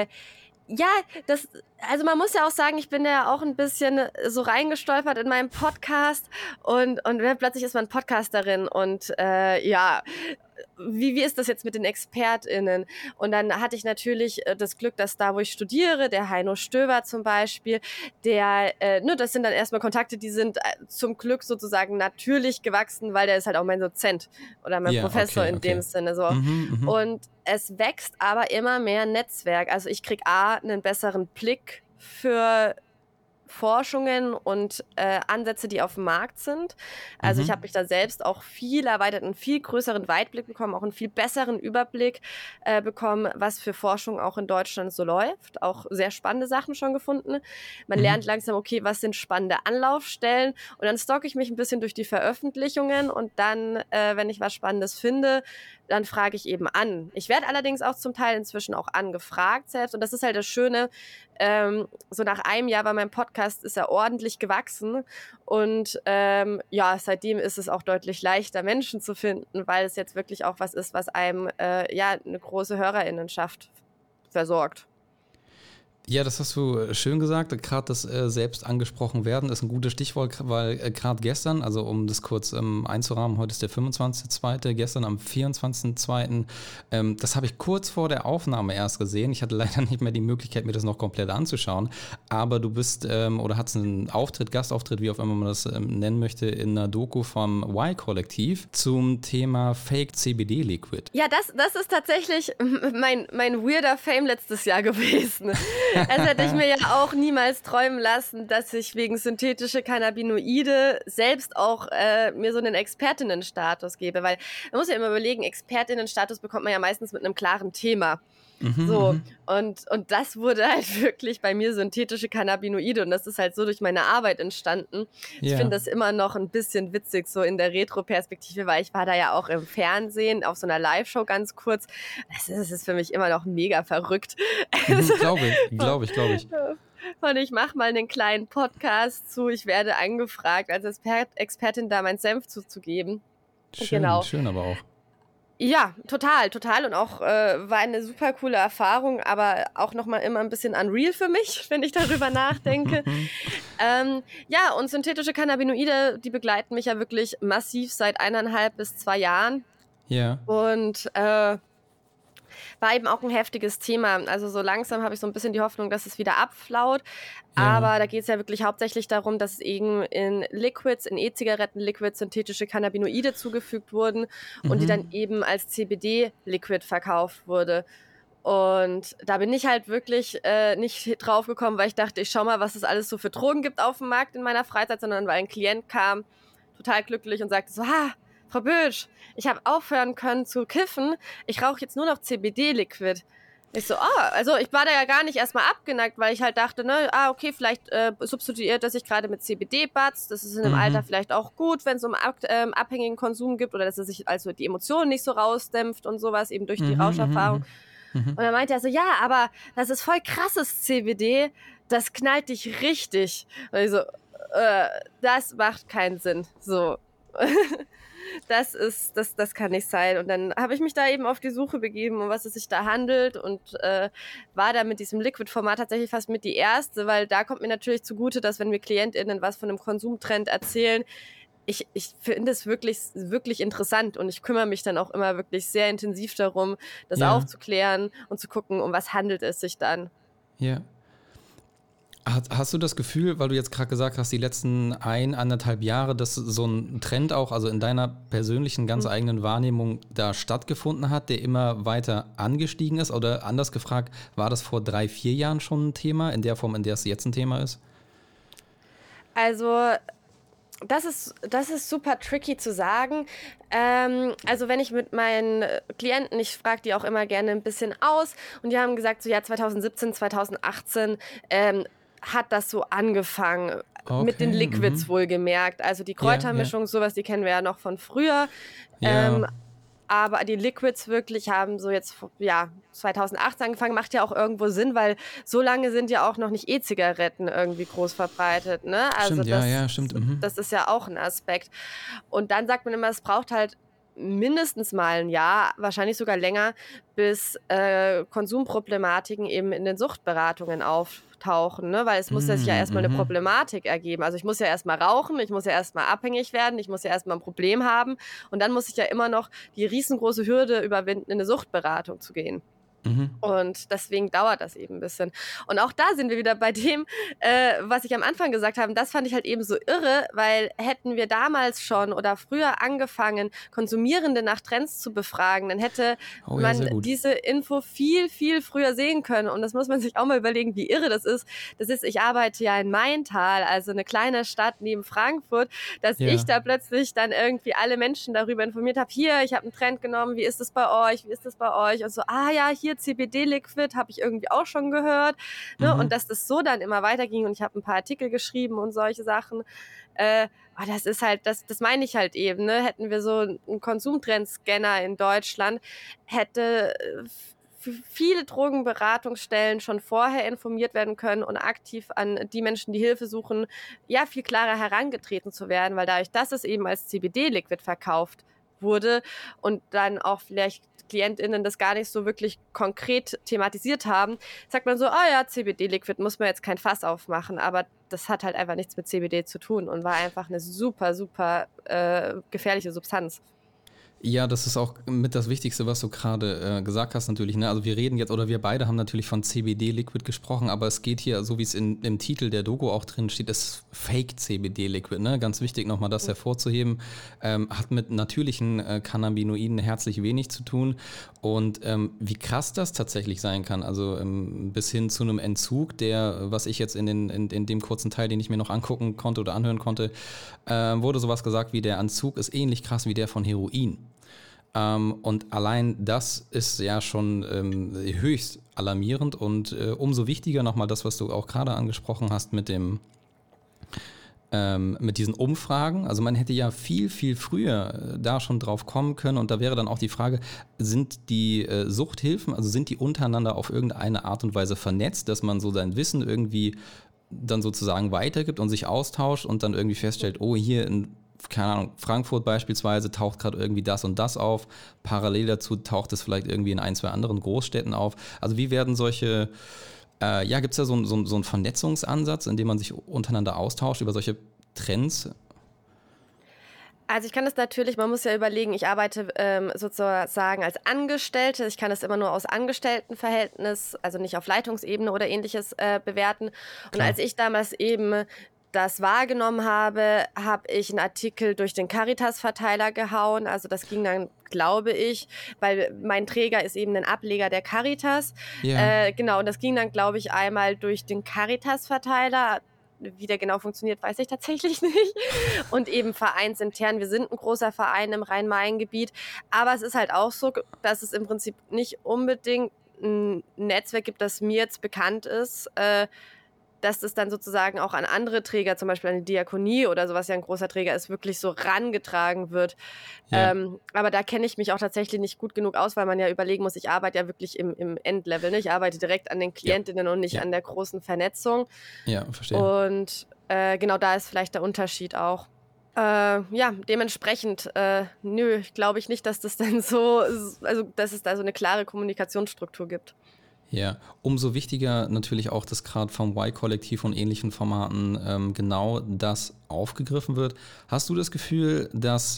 also man muss ja auch sagen, ich bin ja auch ein bisschen so reingestolpert in meinem Podcast und plötzlich ist man Podcasterin und wie ist das jetzt mit den ExpertInnen? Und dann hatte ich natürlich das Glück, dass da, wo ich studiere, der Heino Stöber zum Beispiel, das sind dann erstmal Kontakte, die sind zum Glück sozusagen natürlich gewachsen, weil der ist halt auch mein Dozent oder mein Professor in dem Sinne so. Und es wächst aber immer mehr Netzwerk. Also ich kriege einen besseren Blick für Forschungen und Ansätze, die auf dem Markt sind. Also ich habe mich da selbst auch viel erweitert, einen viel größeren Weitblick bekommen, auch einen viel besseren Überblick bekommen, was für Forschung auch in Deutschland so läuft. Auch sehr spannende Sachen schon gefunden. Man lernt langsam, okay, was sind spannende Anlaufstellen und dann stalke ich mich ein bisschen durch die Veröffentlichungen und dann, wenn ich was Spannendes finde, dann frage ich eben an. Ich werde allerdings auch zum Teil inzwischen auch angefragt selbst und das ist halt das Schöne, so nach einem Jahr war mein Podcast, ist er ordentlich gewachsen und seitdem ist es auch deutlich leichter, Menschen zu finden, weil es jetzt wirklich auch was ist, was einem eine große HörerInnenschaft versorgt. Ja, das hast du schön gesagt. Gerade das selbst angesprochen werden ist ein gutes Stichwort, weil gerade gestern, also um das kurz einzurahmen, heute ist der 25.02., gestern am 24.02., das habe ich kurz vor der Aufnahme erst gesehen. Ich hatte leider nicht mehr die Möglichkeit, mir das noch komplett anzuschauen, aber du bist oder hast einen Auftritt, Gastauftritt, wie auch immer man das nennen möchte, in einer Doku vom Y-Kollektiv zum Thema Fake CBD-Liquid. Ja, das ist tatsächlich mein weirder Fame letztes Jahr gewesen. Das hätte ich mir ja auch niemals träumen lassen, dass ich wegen synthetische Cannabinoide selbst auch mir so einen Expertinnenstatus gebe, weil man muss ja immer überlegen, Expertinnenstatus bekommt man ja meistens mit einem klaren Thema. Und das wurde halt wirklich bei mir synthetische Cannabinoide und das ist halt so durch meine Arbeit entstanden. Ich finde das immer noch ein bisschen witzig, so in der Retro-Perspektive, weil ich war da ja auch im Fernsehen auf so einer Live-Show ganz kurz. Das ist für mich immer noch mega verrückt. Glaube ich. Und ich mache mal einen kleinen Podcast zu. Ich werde angefragt, als Expertin da meinen Senf zuzugeben. Schön aber auch. Ja, total. Und auch war eine super coole Erfahrung, aber auch nochmal immer ein bisschen unreal für mich, wenn ich darüber nachdenke. Und synthetische Cannabinoide, die begleiten mich ja wirklich massiv seit 1,5 bis 2 Jahren. Ja. Und war eben auch ein heftiges Thema. Also so langsam habe ich so ein bisschen die Hoffnung, dass es wieder abflaut. Ja. Aber da geht es ja wirklich hauptsächlich darum, dass eben in Liquids, in E-Zigaretten-Liquids synthetische Cannabinoide zugefügt wurden und die dann eben als CBD-Liquid verkauft wurde. Und da bin ich halt wirklich nicht drauf gekommen, weil ich dachte, ich schau mal, was es alles so für Drogen gibt auf dem Markt in meiner Freizeit, sondern weil ein Klient kam, total glücklich und sagte so, Frau Bötsch, ich habe aufhören können zu kiffen, ich rauche jetzt nur noch CBD-Liquid. Ich so, also ich war da ja gar nicht erstmal abgeneigt, weil ich halt dachte, okay, vielleicht substituiert er sich gerade mit CBD-Buds, das ist in dem Alter vielleicht auch gut, wenn es um abhängigen Konsum gibt oder dass er sich also die Emotionen nicht so rausdämpft und sowas, eben durch die Rauscherfahrung. Und dann meinte er so, ja, aber das ist voll krasses CBD, das knallt dich richtig. Und ich so, das macht keinen Sinn, so. Das kann nicht sein. Und dann habe ich mich da eben auf die Suche begeben, um was es sich da handelt und war da mit diesem Liquid-Format tatsächlich fast mit die erste, weil da kommt mir natürlich zugute, dass wenn mir KlientInnen was von einem Konsumtrend erzählen, ich finde es wirklich, wirklich interessant und ich kümmere mich dann auch immer wirklich sehr intensiv darum, das aufzuklären und zu gucken, um was handelt es sich dann. Ja. Hast du das Gefühl, weil du jetzt gerade gesagt hast, die letzten 1,5 Jahre, dass so ein Trend auch, also in deiner persönlichen, ganz eigenen Wahrnehmung da stattgefunden hat, der immer weiter angestiegen ist? Oder anders gefragt, war das vor 3-4 Jahren schon ein Thema, in der Form, in der es jetzt ein Thema ist? Also das ist super tricky zu sagen. Also wenn ich mit meinen Klienten, ich frage die auch immer gerne ein bisschen aus und die haben gesagt, so ja 2017, 2018 hat das so angefangen, mit den Liquids wohlgemerkt. Also die Kräutermischung, sowas, die kennen wir ja noch von früher. Ja. Aber die Liquids wirklich haben so jetzt 2018 angefangen, macht ja auch irgendwo Sinn, weil so lange sind ja auch noch nicht E-Zigaretten irgendwie groß verbreitet. Ne? Also stimmt, stimmt. Das ist ja auch ein Aspekt. Und dann sagt man immer, es braucht halt mindestens mal ein Jahr, wahrscheinlich sogar länger, bis Konsumproblematiken eben in den Suchtberatungen auftauchen, ne? Weil es muss ja sich ja erstmal eine Problematik ergeben. Also ich muss ja erstmal rauchen, ich muss ja erstmal abhängig werden, ich muss ja erstmal ein Problem haben und dann muss ich ja immer noch die riesengroße Hürde überwinden, in eine Suchtberatung zu gehen. Und deswegen dauert das eben ein bisschen. Und auch da sind wir wieder bei dem, was ich am Anfang gesagt habe. Das fand ich halt eben so irre, weil hätten wir damals schon oder früher angefangen, Konsumierende nach Trends zu befragen, dann hätte man diese Info viel, viel früher sehen können. Und das muss man sich auch mal überlegen, wie irre das ist. Das ist, ich arbeite ja in Maintal, also eine kleine Stadt neben Frankfurt, dass ich da plötzlich dann irgendwie alle Menschen darüber informiert habe, hier, ich habe einen Trend genommen, wie ist das bei euch, Und so, hier CBD-Liquid, habe ich irgendwie auch schon gehört. Ne? Und dass das so dann immer weiterging und ich habe ein paar Artikel geschrieben und solche Sachen. Das ist halt, das meine ich halt eben. Ne? Hätten wir so einen Konsumtrend-Scanner in Deutschland, hätte viele Drogenberatungsstellen schon vorher informiert werden können und aktiv an die Menschen, die Hilfe suchen, ja, viel klarer herangetreten zu werden, weil dadurch, dass es eben als CBD-Liquid verkauft wurde und dann auch vielleicht KlientInnen das gar nicht so wirklich konkret thematisiert haben, sagt man so, ja, CBD-Liquid, muss man jetzt kein Fass aufmachen, aber das hat halt einfach nichts mit CBD zu tun und war einfach eine super, super gefährliche Substanz. Ja, das ist auch mit das Wichtigste, was du gerade gesagt hast natürlich. Ne? Also wir reden jetzt, oder wir beide haben natürlich von CBD-Liquid gesprochen, aber es geht hier, so wie es im Titel der Doku auch drin steht, ist Fake-CBD-Liquid. Ne? Ganz wichtig nochmal das hervorzuheben. Hat mit natürlichen Cannabinoiden herzlich wenig zu tun. Und wie krass das tatsächlich sein kann, also bis hin zu einem Entzug, was ich jetzt in dem kurzen Teil, den ich mir noch angucken konnte oder anhören konnte, wurde sowas gesagt wie, der Entzug ist ähnlich krass wie der von Heroin. Und allein das ist ja schon höchst alarmierend und umso wichtiger nochmal das, was du auch gerade angesprochen hast mit diesen Umfragen. Also man hätte ja viel, viel früher da schon drauf kommen können und da wäre dann auch die Frage, sind die Suchthilfen, also sind die untereinander auf irgendeine Art und Weise vernetzt, dass man so sein Wissen irgendwie dann sozusagen weitergibt und sich austauscht und dann irgendwie feststellt, oh, hier in, keine Ahnung, Frankfurt beispielsweise taucht gerade irgendwie das und das auf. Parallel dazu taucht es vielleicht irgendwie in 1, 2 anderen Großstädten auf. Also wie werden solche, gibt es da so einen Vernetzungsansatz, in dem man sich untereinander austauscht über solche Trends? Also ich kann das natürlich, man muss ja überlegen, ich arbeite sozusagen als Angestellte, ich kann das immer nur aus Angestelltenverhältnis, also nicht auf Leitungsebene oder ähnliches bewerten. Und Klar. als ich damals eben das wahrgenommen habe, habe ich einen Artikel durch den Caritas-Verteiler gehauen. Also das ging dann, glaube ich, weil mein Träger ist eben ein Ableger der Caritas. Ja. Genau, und das ging dann, glaube ich, einmal durch den Caritas-Verteiler. Wie der genau funktioniert, weiß ich tatsächlich nicht. Und eben vereinsintern. Wir sind ein großer Verein im Rhein-Main-Gebiet. Aber es ist halt auch so, dass es im Prinzip nicht unbedingt ein Netzwerk gibt, das mir jetzt bekannt ist, dass das dann sozusagen auch an andere Träger, zum Beispiel an die Diakonie oder sowas ja ein großer Träger ist, wirklich so rangetragen wird. Ja. Aber da kenne ich mich auch tatsächlich nicht gut genug aus, weil man ja überlegen muss, ich arbeite ja wirklich im Endlevel. Ne? Ich arbeite direkt an den Klientinnen und nicht an der großen Vernetzung. Ja, verstehe. Und genau da ist vielleicht der Unterschied auch. Dementsprechend, glaube ich nicht, dass das dann so, also dass es da so eine klare Kommunikationsstruktur gibt. Ja, umso wichtiger natürlich auch, dass gerade vom Y-Kollektiv und ähnlichen Formaten genau das aufgegriffen wird. Hast du das Gefühl, dass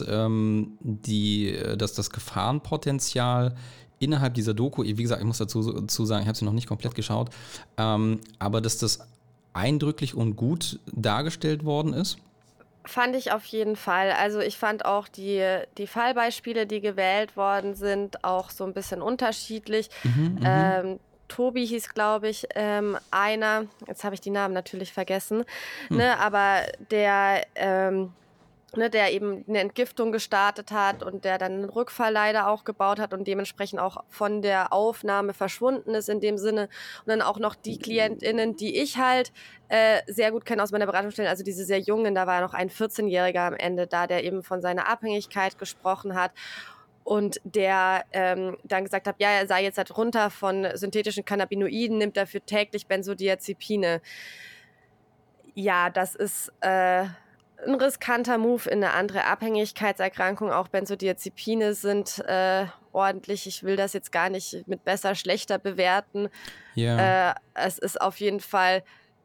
das Gefahrenpotenzial innerhalb dieser Doku, wie gesagt, ich muss dazu sagen, ich habe sie noch nicht komplett geschaut, aber dass das eindrücklich und gut dargestellt worden ist? Fand ich auf jeden Fall. Also ich fand auch die Fallbeispiele, die gewählt worden sind, auch so ein bisschen unterschiedlich. Tobi hieß, glaube ich, einer, jetzt habe ich die Namen natürlich vergessen, ne, aber der eben eine Entgiftung gestartet hat und der dann einen Rückfall leider auch gebaut hat und dementsprechend auch von der Aufnahme verschwunden ist in dem Sinne. Und dann auch noch die KlientInnen, die ich halt sehr gut kenne aus meiner Beratungsstelle, also diese sehr jungen, da war noch ein 14-Jähriger am Ende da, der eben von seiner Abhängigkeit gesprochen hat. Und der dann gesagt hat, ja, er sei jetzt halt runter von synthetischen Cannabinoiden, nimmt dafür täglich Benzodiazepine. Ja, das ist ein riskanter Move in eine andere Abhängigkeitserkrankung. Auch Benzodiazepine sind ordentlich. Ich will das jetzt gar nicht mit besser, schlechter bewerten. Ja. Es ist auf jeden Fall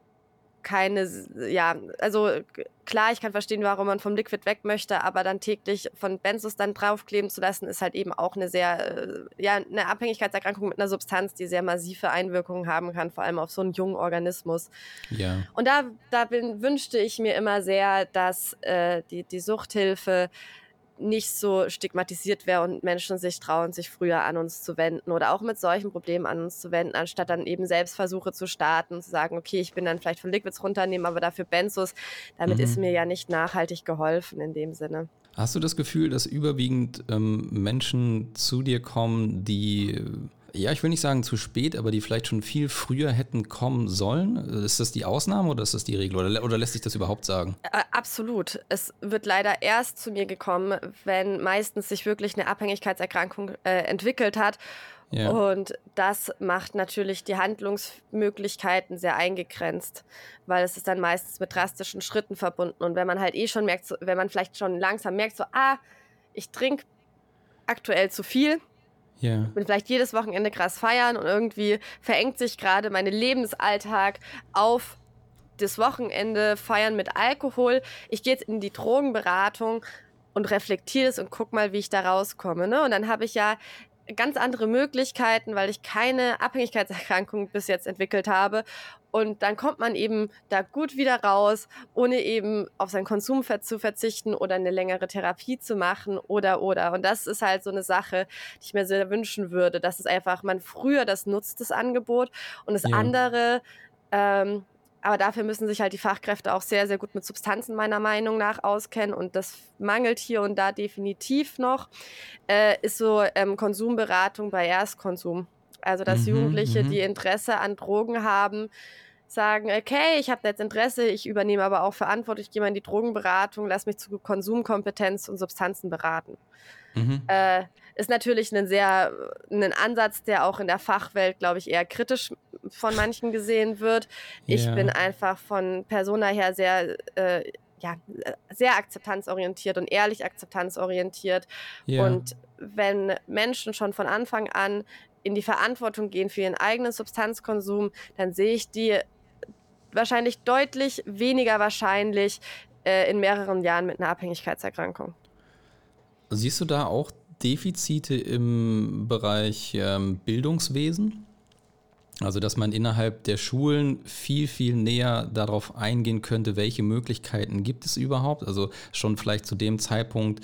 also klar, ich kann verstehen, warum man vom Liquid weg möchte, aber dann täglich von Benzos dann draufkleben zu lassen, ist halt eben auch eine sehr, eine Abhängigkeitserkrankung mit einer Substanz, die sehr massive Einwirkungen haben kann, vor allem auf so einen jungen Organismus. Ja. Und wünschte ich mir immer sehr, dass die Suchthilfe nicht so stigmatisiert wäre und Menschen sich trauen, sich früher an uns zu wenden oder auch mit solchen Problemen an uns zu wenden, anstatt dann eben Selbstversuche zu starten, zu sagen, okay, ich bin dann vielleicht von Liquids runternehmen, aber dafür Benzos. Damit ist mir ja nicht nachhaltig geholfen in dem Sinne. Hast du das Gefühl, dass überwiegend Menschen zu dir kommen, die ja, ich will nicht sagen zu spät, aber die vielleicht schon viel früher hätten kommen sollen? Ist das die Ausnahme oder ist das die Regel? Oder lässt sich das überhaupt sagen? Absolut. Es wird leider erst zu mir gekommen, wenn meistens sich wirklich eine Abhängigkeitserkrankung entwickelt hat. Ja. Und das macht natürlich die Handlungsmöglichkeiten sehr eingegrenzt, weil es ist dann meistens mit drastischen Schritten verbunden. Und wenn man halt schon merkt, wenn man vielleicht schon langsam merkt, ich trinke aktuell zu viel, Ja. bin vielleicht jedes Wochenende krass feiern und irgendwie verengt sich gerade mein Lebensalltag auf das Wochenende feiern mit Alkohol. Ich gehe jetzt in die Drogenberatung und reflektiere es und guck mal, wie ich da rauskomme. Ne? Und dann habe ich ja ganz andere Möglichkeiten, weil ich keine Abhängigkeitserkrankung bis jetzt entwickelt habe. Und dann kommt man eben da gut wieder raus, ohne eben auf seinen Konsum zu verzichten oder eine längere Therapie zu machen oder. Und das ist halt so eine Sache, die ich mir sehr wünschen würde, dass es einfach man früher das nutzt, das Angebot. Und das andere, aber dafür müssen sich halt die Fachkräfte auch sehr, sehr gut mit Substanzen meiner Meinung nach auskennen und das mangelt hier und da definitiv noch, ist so Konsumberatung bei Erstkonsum. Also dass Jugendliche, die Interesse an Drogen haben, sagen, okay, ich habe jetzt Interesse, ich übernehme aber auch Verantwortung, ich gehe mal in die Drogenberatung, lass mich zu Konsumkompetenz und Substanzen beraten. Ist natürlich ein Ansatz, der auch in der Fachwelt, glaube ich, eher kritisch von manchen gesehen wird. Ich bin einfach von Persona her sehr akzeptanzorientiert und ehrlich akzeptanzorientiert. Ja. Und wenn Menschen schon von Anfang an in die Verantwortung gehen für ihren eigenen Substanzkonsum, dann sehe ich die wahrscheinlich deutlich weniger wahrscheinlich in mehreren Jahren mit einer Abhängigkeitserkrankung. Siehst du da auch Defizite im Bereich Bildungswesen? Also, dass man innerhalb der Schulen viel, viel näher darauf eingehen könnte, welche Möglichkeiten gibt es überhaupt? Also schon vielleicht zu dem Zeitpunkt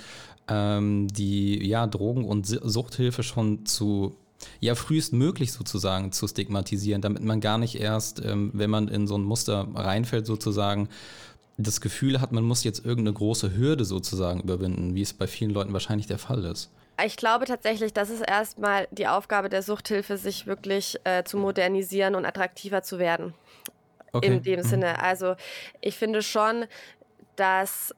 die Drogen- und Suchthilfe schon frühestmöglich sozusagen zu stigmatisieren, damit man gar nicht erst, wenn man in so ein Muster reinfällt sozusagen, das Gefühl hat, man muss jetzt irgendeine große Hürde sozusagen überwinden, wie es bei vielen Leuten wahrscheinlich der Fall ist. Ich glaube tatsächlich, das ist erstmal die Aufgabe der Suchthilfe, sich wirklich zu modernisieren und attraktiver zu werden. Okay. In dem Sinne. Also ich finde schon, dass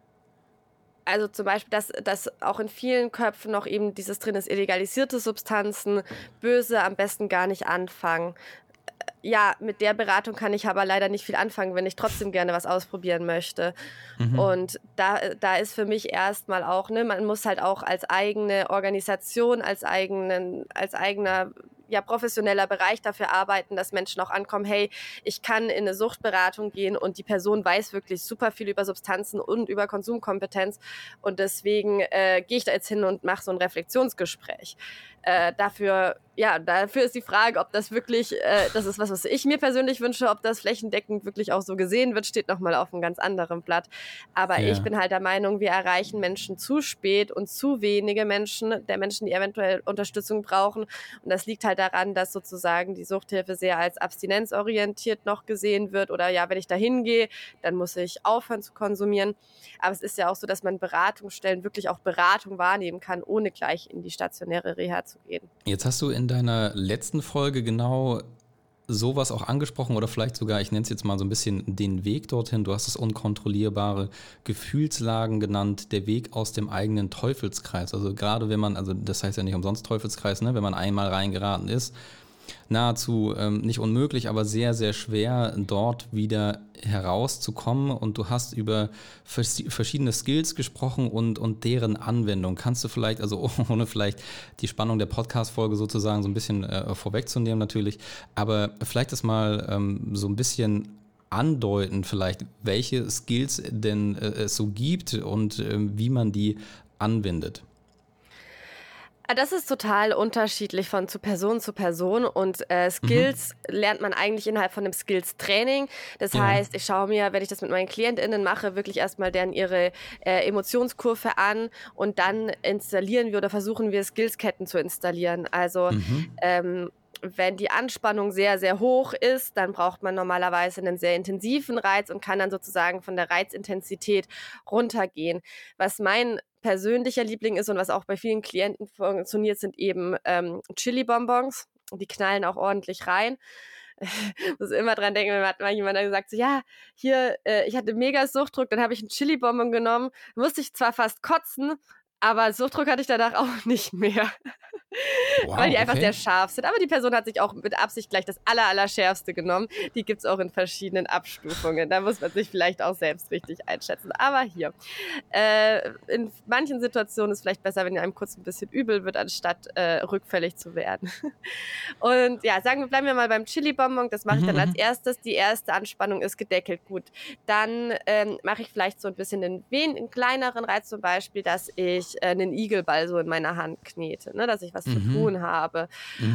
zum Beispiel, dass auch in vielen Köpfen noch eben dieses drin ist, illegalisierte Substanzen, böse am besten gar nicht anfangen. Ja, mit der Beratung kann ich aber leider nicht viel anfangen, wenn ich trotzdem gerne was ausprobieren möchte. Und da ist für mich erstmal auch, man muss halt auch als eigene Organisation, als eigener professioneller Bereich dafür arbeiten, dass Menschen auch ankommen, hey, ich kann in eine Suchtberatung gehen und die Person weiß wirklich super viel über Substanzen und über Konsumkompetenz und deswegen gehe ich da jetzt hin und mache so ein Reflexionsgespräch. Dafür ist die Frage, ob das wirklich, das ist was ich mir persönlich wünsche, ob das flächendeckend wirklich auch so gesehen wird, steht nochmal auf einem ganz anderen Blatt. Aber ich bin halt der Meinung, wir erreichen Menschen zu spät und zu wenige Menschen, die eventuell Unterstützung brauchen. Und das liegt halt daran, dass sozusagen die Suchthilfe sehr als abstinenzorientiert noch gesehen wird. Oder wenn ich da hingehe, dann muss ich aufhören zu konsumieren. Aber es ist ja auch so, dass man Beratungsstellen wirklich auch Beratung wahrnehmen kann, ohne gleich in die stationäre Reha zu gehen. Jetzt hast du in deiner letzten Folge genau sowas auch angesprochen oder vielleicht sogar, ich nenne es jetzt mal so ein bisschen den Weg dorthin. Du hast es unkontrollierbare Gefühlslagen genannt, der Weg aus dem eigenen Teufelskreis. Also gerade wenn man, also das heißt ja nicht umsonst Teufelskreis, ne? Wenn man einmal reingeraten ist, nahezu nicht unmöglich, aber sehr, sehr schwer, dort wieder herauszukommen. Und du hast über verschiedene Skills gesprochen und deren Anwendung. Kannst du vielleicht, also ohne vielleicht die Spannung der Podcast-Folge sozusagen so ein bisschen vorwegzunehmen natürlich, aber vielleicht das mal so ein bisschen andeuten vielleicht, welche Skills denn es so gibt und wie man die anwendet. Das ist total unterschiedlich von Person zu Person und Skills lernt man eigentlich innerhalb von einem Skills-Training. Das heißt, ich schaue mir, wenn ich das mit meinen KlientInnen mache, wirklich erstmal ihre Emotionskurve an und dann installieren wir oder versuchen wir Skillsketten zu installieren. Also wenn die Anspannung sehr, sehr hoch ist, dann braucht man normalerweise einen sehr intensiven Reiz und kann dann sozusagen von der Reizintensität runtergehen. Was mein persönlicher Liebling ist und was auch bei vielen Klienten funktioniert, sind eben Chili-Bonbons. Die knallen auch ordentlich rein. Ich muss immer dran denken, wenn mal jemand gesagt so, ja, hier, ich hatte mega Suchtdruck, dann habe ich einen Chili-Bonbon genommen, musste ich zwar fast kotzen, aber Suchtdruck hatte ich danach auch nicht mehr. Wow, Weil die einfach okay. sehr scharf sind. Aber die Person hat sich auch mit Absicht gleich das Allerschärfste genommen. Die gibt es auch in verschiedenen Abstufungen. Da muss man sich vielleicht auch selbst richtig einschätzen. Aber hier, in manchen Situationen ist es vielleicht besser, wenn einem kurz ein bisschen übel wird, anstatt rückfällig zu werden. Und ja, bleiben wir mal beim Chili-Bonbon. Das mache ich dann als erstes. Die erste Anspannung ist gedeckelt. Gut. Dann mache ich vielleicht so ein bisschen einen kleineren Reiz, zum Beispiel, dass ich einen Igelball so in meiner Hand knete, ne? Dass ich was zu tun habe.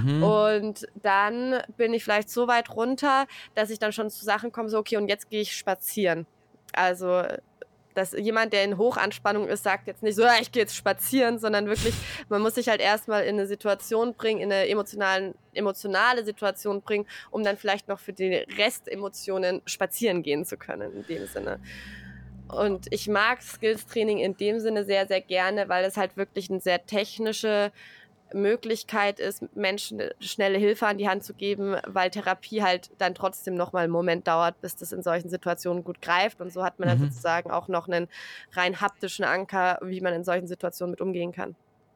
Und dann bin ich vielleicht so weit runter, dass ich dann schon zu Sachen komme, so okay, und jetzt gehe ich spazieren. Also dass jemand, der in Hochanspannung ist, sagt jetzt nicht so, ja, ich gehe jetzt spazieren, sondern wirklich, man muss sich halt erstmal in eine Situation bringen, in eine emotionale Situation bringen, um dann vielleicht noch für die Restemotionen spazieren gehen zu können, in dem Sinne. Und ich mag Skills-Training in dem Sinne sehr, sehr gerne, weil es halt wirklich eine sehr technische Möglichkeit ist, Menschen schnelle Hilfe an die Hand zu geben, weil Therapie halt dann trotzdem nochmal einen Moment dauert, bis das in solchen Situationen gut greift. Und so hat man dann sozusagen auch noch einen rein haptischen Anker, wie man in solchen Situationen mit umgehen kann.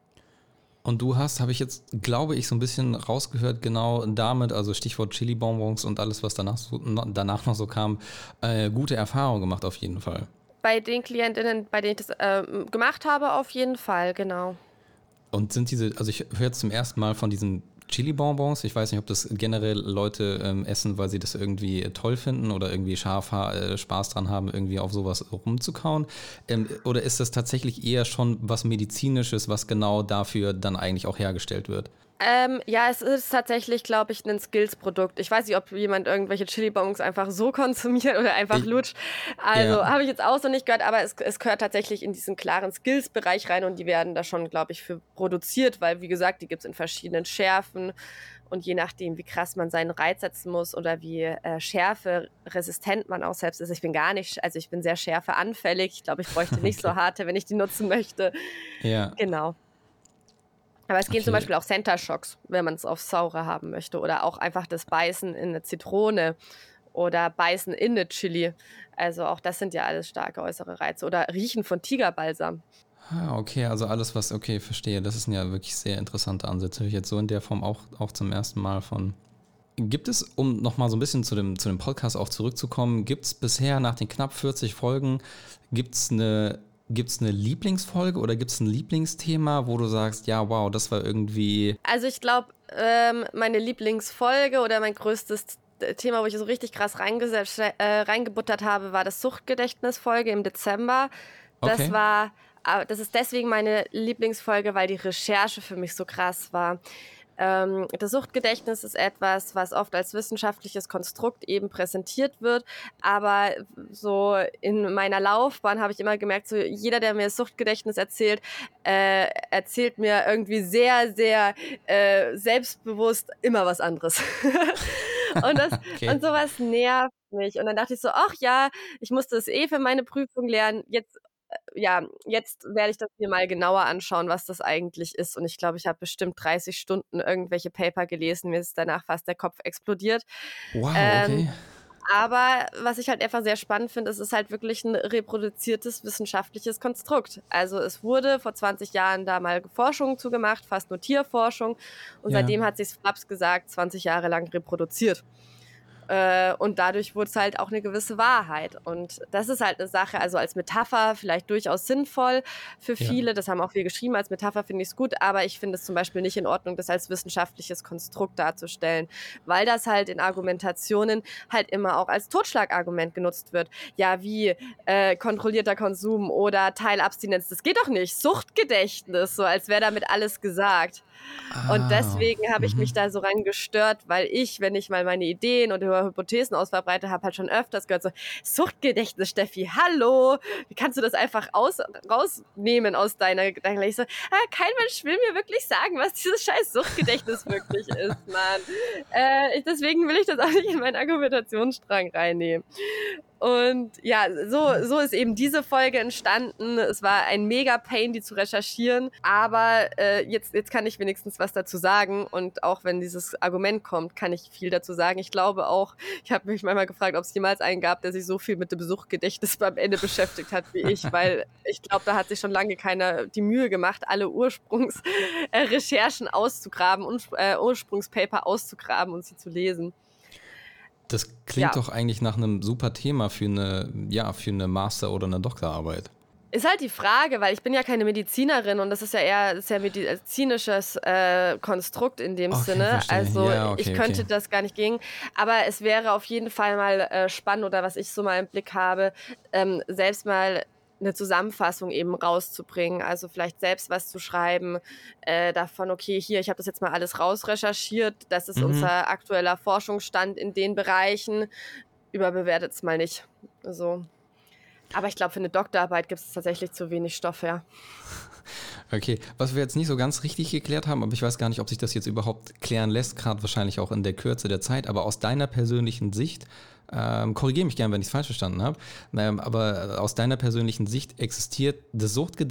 Und du hast, habe ich jetzt, glaube ich, so ein bisschen rausgehört, genau damit, also Stichwort Chili-Bonbons und alles, was danach noch so kam, gute Erfahrungen gemacht auf jeden Fall. Bei den KlientInnen, bei denen ich das gemacht habe, auf jeden Fall, genau. Und sind also ich höre jetzt zum ersten Mal von diesen Chili-Bonbons. Ich weiß nicht, ob das generell Leute essen, weil sie das irgendwie toll finden oder irgendwie Spaß dran haben, irgendwie auf sowas rumzukauen. Oder ist das tatsächlich eher schon was Medizinisches, was genau dafür dann eigentlich auch hergestellt wird? Ja, es ist tatsächlich, glaube ich, ein Skills-Produkt. Ich weiß nicht, ob jemand irgendwelche Chili-Bonbons einfach so konsumiert oder einfach lutscht. Also habe ich jetzt auch so nicht gehört, aber es gehört tatsächlich in diesen klaren Skills-Bereich rein und die werden da schon, glaube ich, für produziert, weil, wie gesagt, die gibt es in verschiedenen Schärfen und je nachdem, wie krass man seinen Reiz setzen muss oder wie schärferesistent man auch selbst ist. Ich bin sehr schärfeanfällig. Ich glaube, ich bräuchte nicht so harte, wenn ich die nutzen möchte. Ja. Genau. Aber es gehen zum Beispiel auch Center Shocks, wenn man es auf Saure haben möchte. Oder auch einfach das Beißen in eine Zitrone oder Beißen in eine Chili. Also auch das sind ja alles starke äußere Reize. Oder Riechen von Tigerbalsam. Okay, also alles was, okay, verstehe. Das sind ja wirklich sehr interessante Ansätze. Habe ich jetzt so in der Form auch zum ersten Mal von. Gibt es, um nochmal so ein bisschen zu dem Podcast auch zurückzukommen, gibt es bisher nach den knapp 40 Folgen, gibt es eine Lieblingsfolge oder gibt es ein Lieblingsthema, wo du sagst, ja, wow, das war irgendwie... Also ich glaube, meine Lieblingsfolge oder mein größtes Thema, wo ich so richtig krass reingebuttert habe, war das Suchtgedächtnis-Folge im Dezember. Okay. Das ist deswegen meine Lieblingsfolge, weil die Recherche für mich so krass war. Das Suchtgedächtnis ist etwas, was oft als wissenschaftliches Konstrukt eben präsentiert wird, aber so in meiner Laufbahn habe ich immer gemerkt, so jeder, der mir das Suchtgedächtnis erzählt, erzählt mir irgendwie sehr, sehr selbstbewusst immer was anderes. Und sowas nervt mich. Und dann dachte ich so, ach ja, ich musste es für meine Prüfung lernen, jetzt werde ich das mir mal genauer anschauen, was das eigentlich ist. Und ich glaube, ich habe bestimmt 30 Stunden irgendwelche Paper gelesen. Mir ist danach fast der Kopf explodiert. Wow, okay. Aber was ich halt einfach sehr spannend finde, es ist halt wirklich ein reproduziertes wissenschaftliches Konstrukt. Also es wurde vor 20 Jahren da mal Forschung zugemacht, fast nur Tierforschung. Und seitdem hat sich Flaps gesagt, 20 Jahre lang reproduziert. Und dadurch wurde es halt auch eine gewisse Wahrheit. Und das ist halt eine Sache, also als Metapher vielleicht durchaus sinnvoll für viele. Das haben auch viele geschrieben, als Metapher finde ich es gut, aber ich finde es zum Beispiel nicht in Ordnung, das als wissenschaftliches Konstrukt darzustellen, weil das halt in Argumentationen halt immer auch als Totschlagargument genutzt wird. Ja, wie kontrollierter Konsum oder Teilabstinenz, das geht doch nicht. Suchtgedächtnis, so als wäre damit alles gesagt. Und deswegen habe ich mich da so ran gestört, weil wenn ich mal meine Ideen oder nur Hypothesen ausverbreitet, habe halt schon öfters gehört, so, Suchtgedächtnis, Steffi, hallo, wie kannst du das einfach rausnehmen aus deiner Gedanken? Ich so, kein Mensch will mir wirklich sagen, was dieses scheiß Suchtgedächtnis wirklich ist, Mann. Deswegen will ich das auch nicht in meinen Argumentationsstrang reinnehmen. Und ja, so ist eben diese Folge entstanden. Es war ein mega Pain, die zu recherchieren, aber jetzt kann ich wenigstens was dazu sagen und auch wenn dieses Argument kommt, kann ich viel dazu sagen. Ich glaube auch, ich habe mich manchmal gefragt, ob es jemals einen gab, der sich so viel mit dem Suchtgedächtnis beim Ende beschäftigt hat wie ich, weil ich glaube, da hat sich schon lange keiner die Mühe gemacht, alle Ursprungsrecherchen auszugraben und Ursprungspaper auszugraben und sie zu lesen. Das klingt doch eigentlich nach einem super Thema für eine Master- oder eine Doktorarbeit. Ist halt die Frage, weil ich bin ja keine Medizinerin und das ist ja eher medizinisches Konstrukt in dem Sinne. Verstehe. Also ja, ich könnte das gar nicht gegen. Aber es wäre auf jeden Fall mal spannend oder was ich so mal im Blick habe, selbst mal eine Zusammenfassung eben rauszubringen, also vielleicht selbst was zu schreiben davon, okay, hier, ich habe das jetzt mal alles rausrecherchiert, das ist unser aktueller Forschungsstand in den Bereichen, überbewertet es mal nicht. So. Aber ich glaube, für eine Doktorarbeit gibt es tatsächlich zu wenig Stoff her. Okay, was wir jetzt nicht so ganz richtig geklärt haben, aber ich weiß gar nicht, ob sich das jetzt überhaupt klären lässt, gerade wahrscheinlich auch in der Kürze der Zeit, aber aus deiner persönlichen Sicht, korrigiere mich gerne, wenn ich es falsch verstanden habe, aber aus deiner persönlichen Sicht existiert das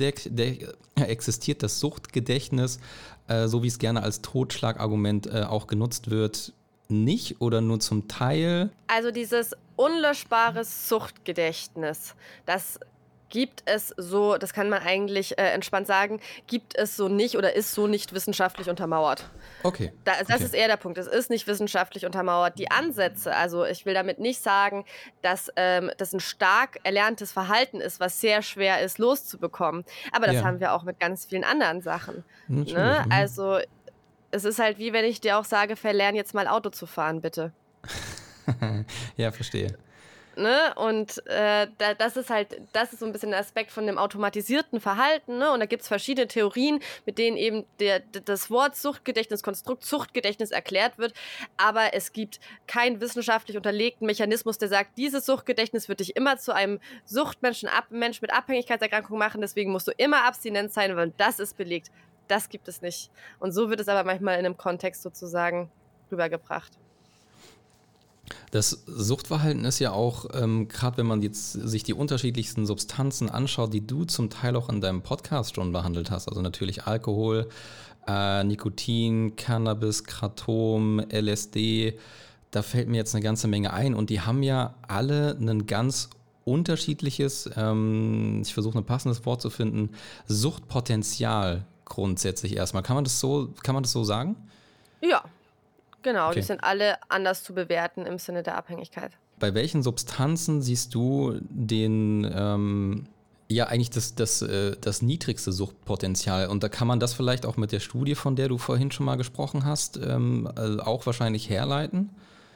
Suchtgedächtnis, so wie es gerne als Totschlagargument auch genutzt wird, nicht oder nur zum Teil? Also dieses unlöschbare Suchtgedächtnis, das gibt es so, das kann man eigentlich entspannt sagen, gibt es so nicht oder ist so nicht wissenschaftlich untermauert. Okay. Das ist eher der Punkt. Es ist nicht wissenschaftlich untermauert. Die Ansätze, also ich will damit nicht sagen, dass das ein stark erlerntes Verhalten ist, was sehr schwer ist loszubekommen. Aber das haben wir auch mit ganz vielen anderen Sachen. Ne? Also es ist halt wie wenn ich dir auch sage, verlern jetzt mal Auto zu fahren, bitte. Ja, verstehe. Ne? Und das ist so ein bisschen der Aspekt von dem automatisierten Verhalten. Ne? Und da gibt es verschiedene Theorien, mit denen eben das Wort Suchtgedächtnis, Konstrukt Suchtgedächtnis erklärt wird. Aber es gibt keinen wissenschaftlich unterlegten Mechanismus, der sagt, dieses Suchtgedächtnis wird dich immer zu einem Suchtmenschen, Mensch mit Abhängigkeitserkrankung machen. Deswegen musst du immer abstinent sein, weil das ist belegt. Das gibt es nicht. Und so wird es aber manchmal in einem Kontext sozusagen rübergebracht. Das Suchtverhalten ist ja auch, gerade wenn man jetzt sich die unterschiedlichsten Substanzen anschaut, die du zum Teil auch in deinem Podcast schon behandelt hast, also natürlich Alkohol, Nikotin, Cannabis, Kratom, LSD, da fällt mir jetzt eine ganze Menge ein und die haben ja alle ein ganz unterschiedliches, ich versuche ein passendes Wort zu finden, Suchtpotenzial grundsätzlich erstmal. Kann man das so sagen? Ja. Genau, okay. Die sind alle anders zu bewerten im Sinne der Abhängigkeit. Bei welchen Substanzen siehst du eigentlich das niedrigste Suchtpotenzial? Und da kann man das vielleicht auch mit der Studie, von der du vorhin schon mal gesprochen hast, auch wahrscheinlich herleiten?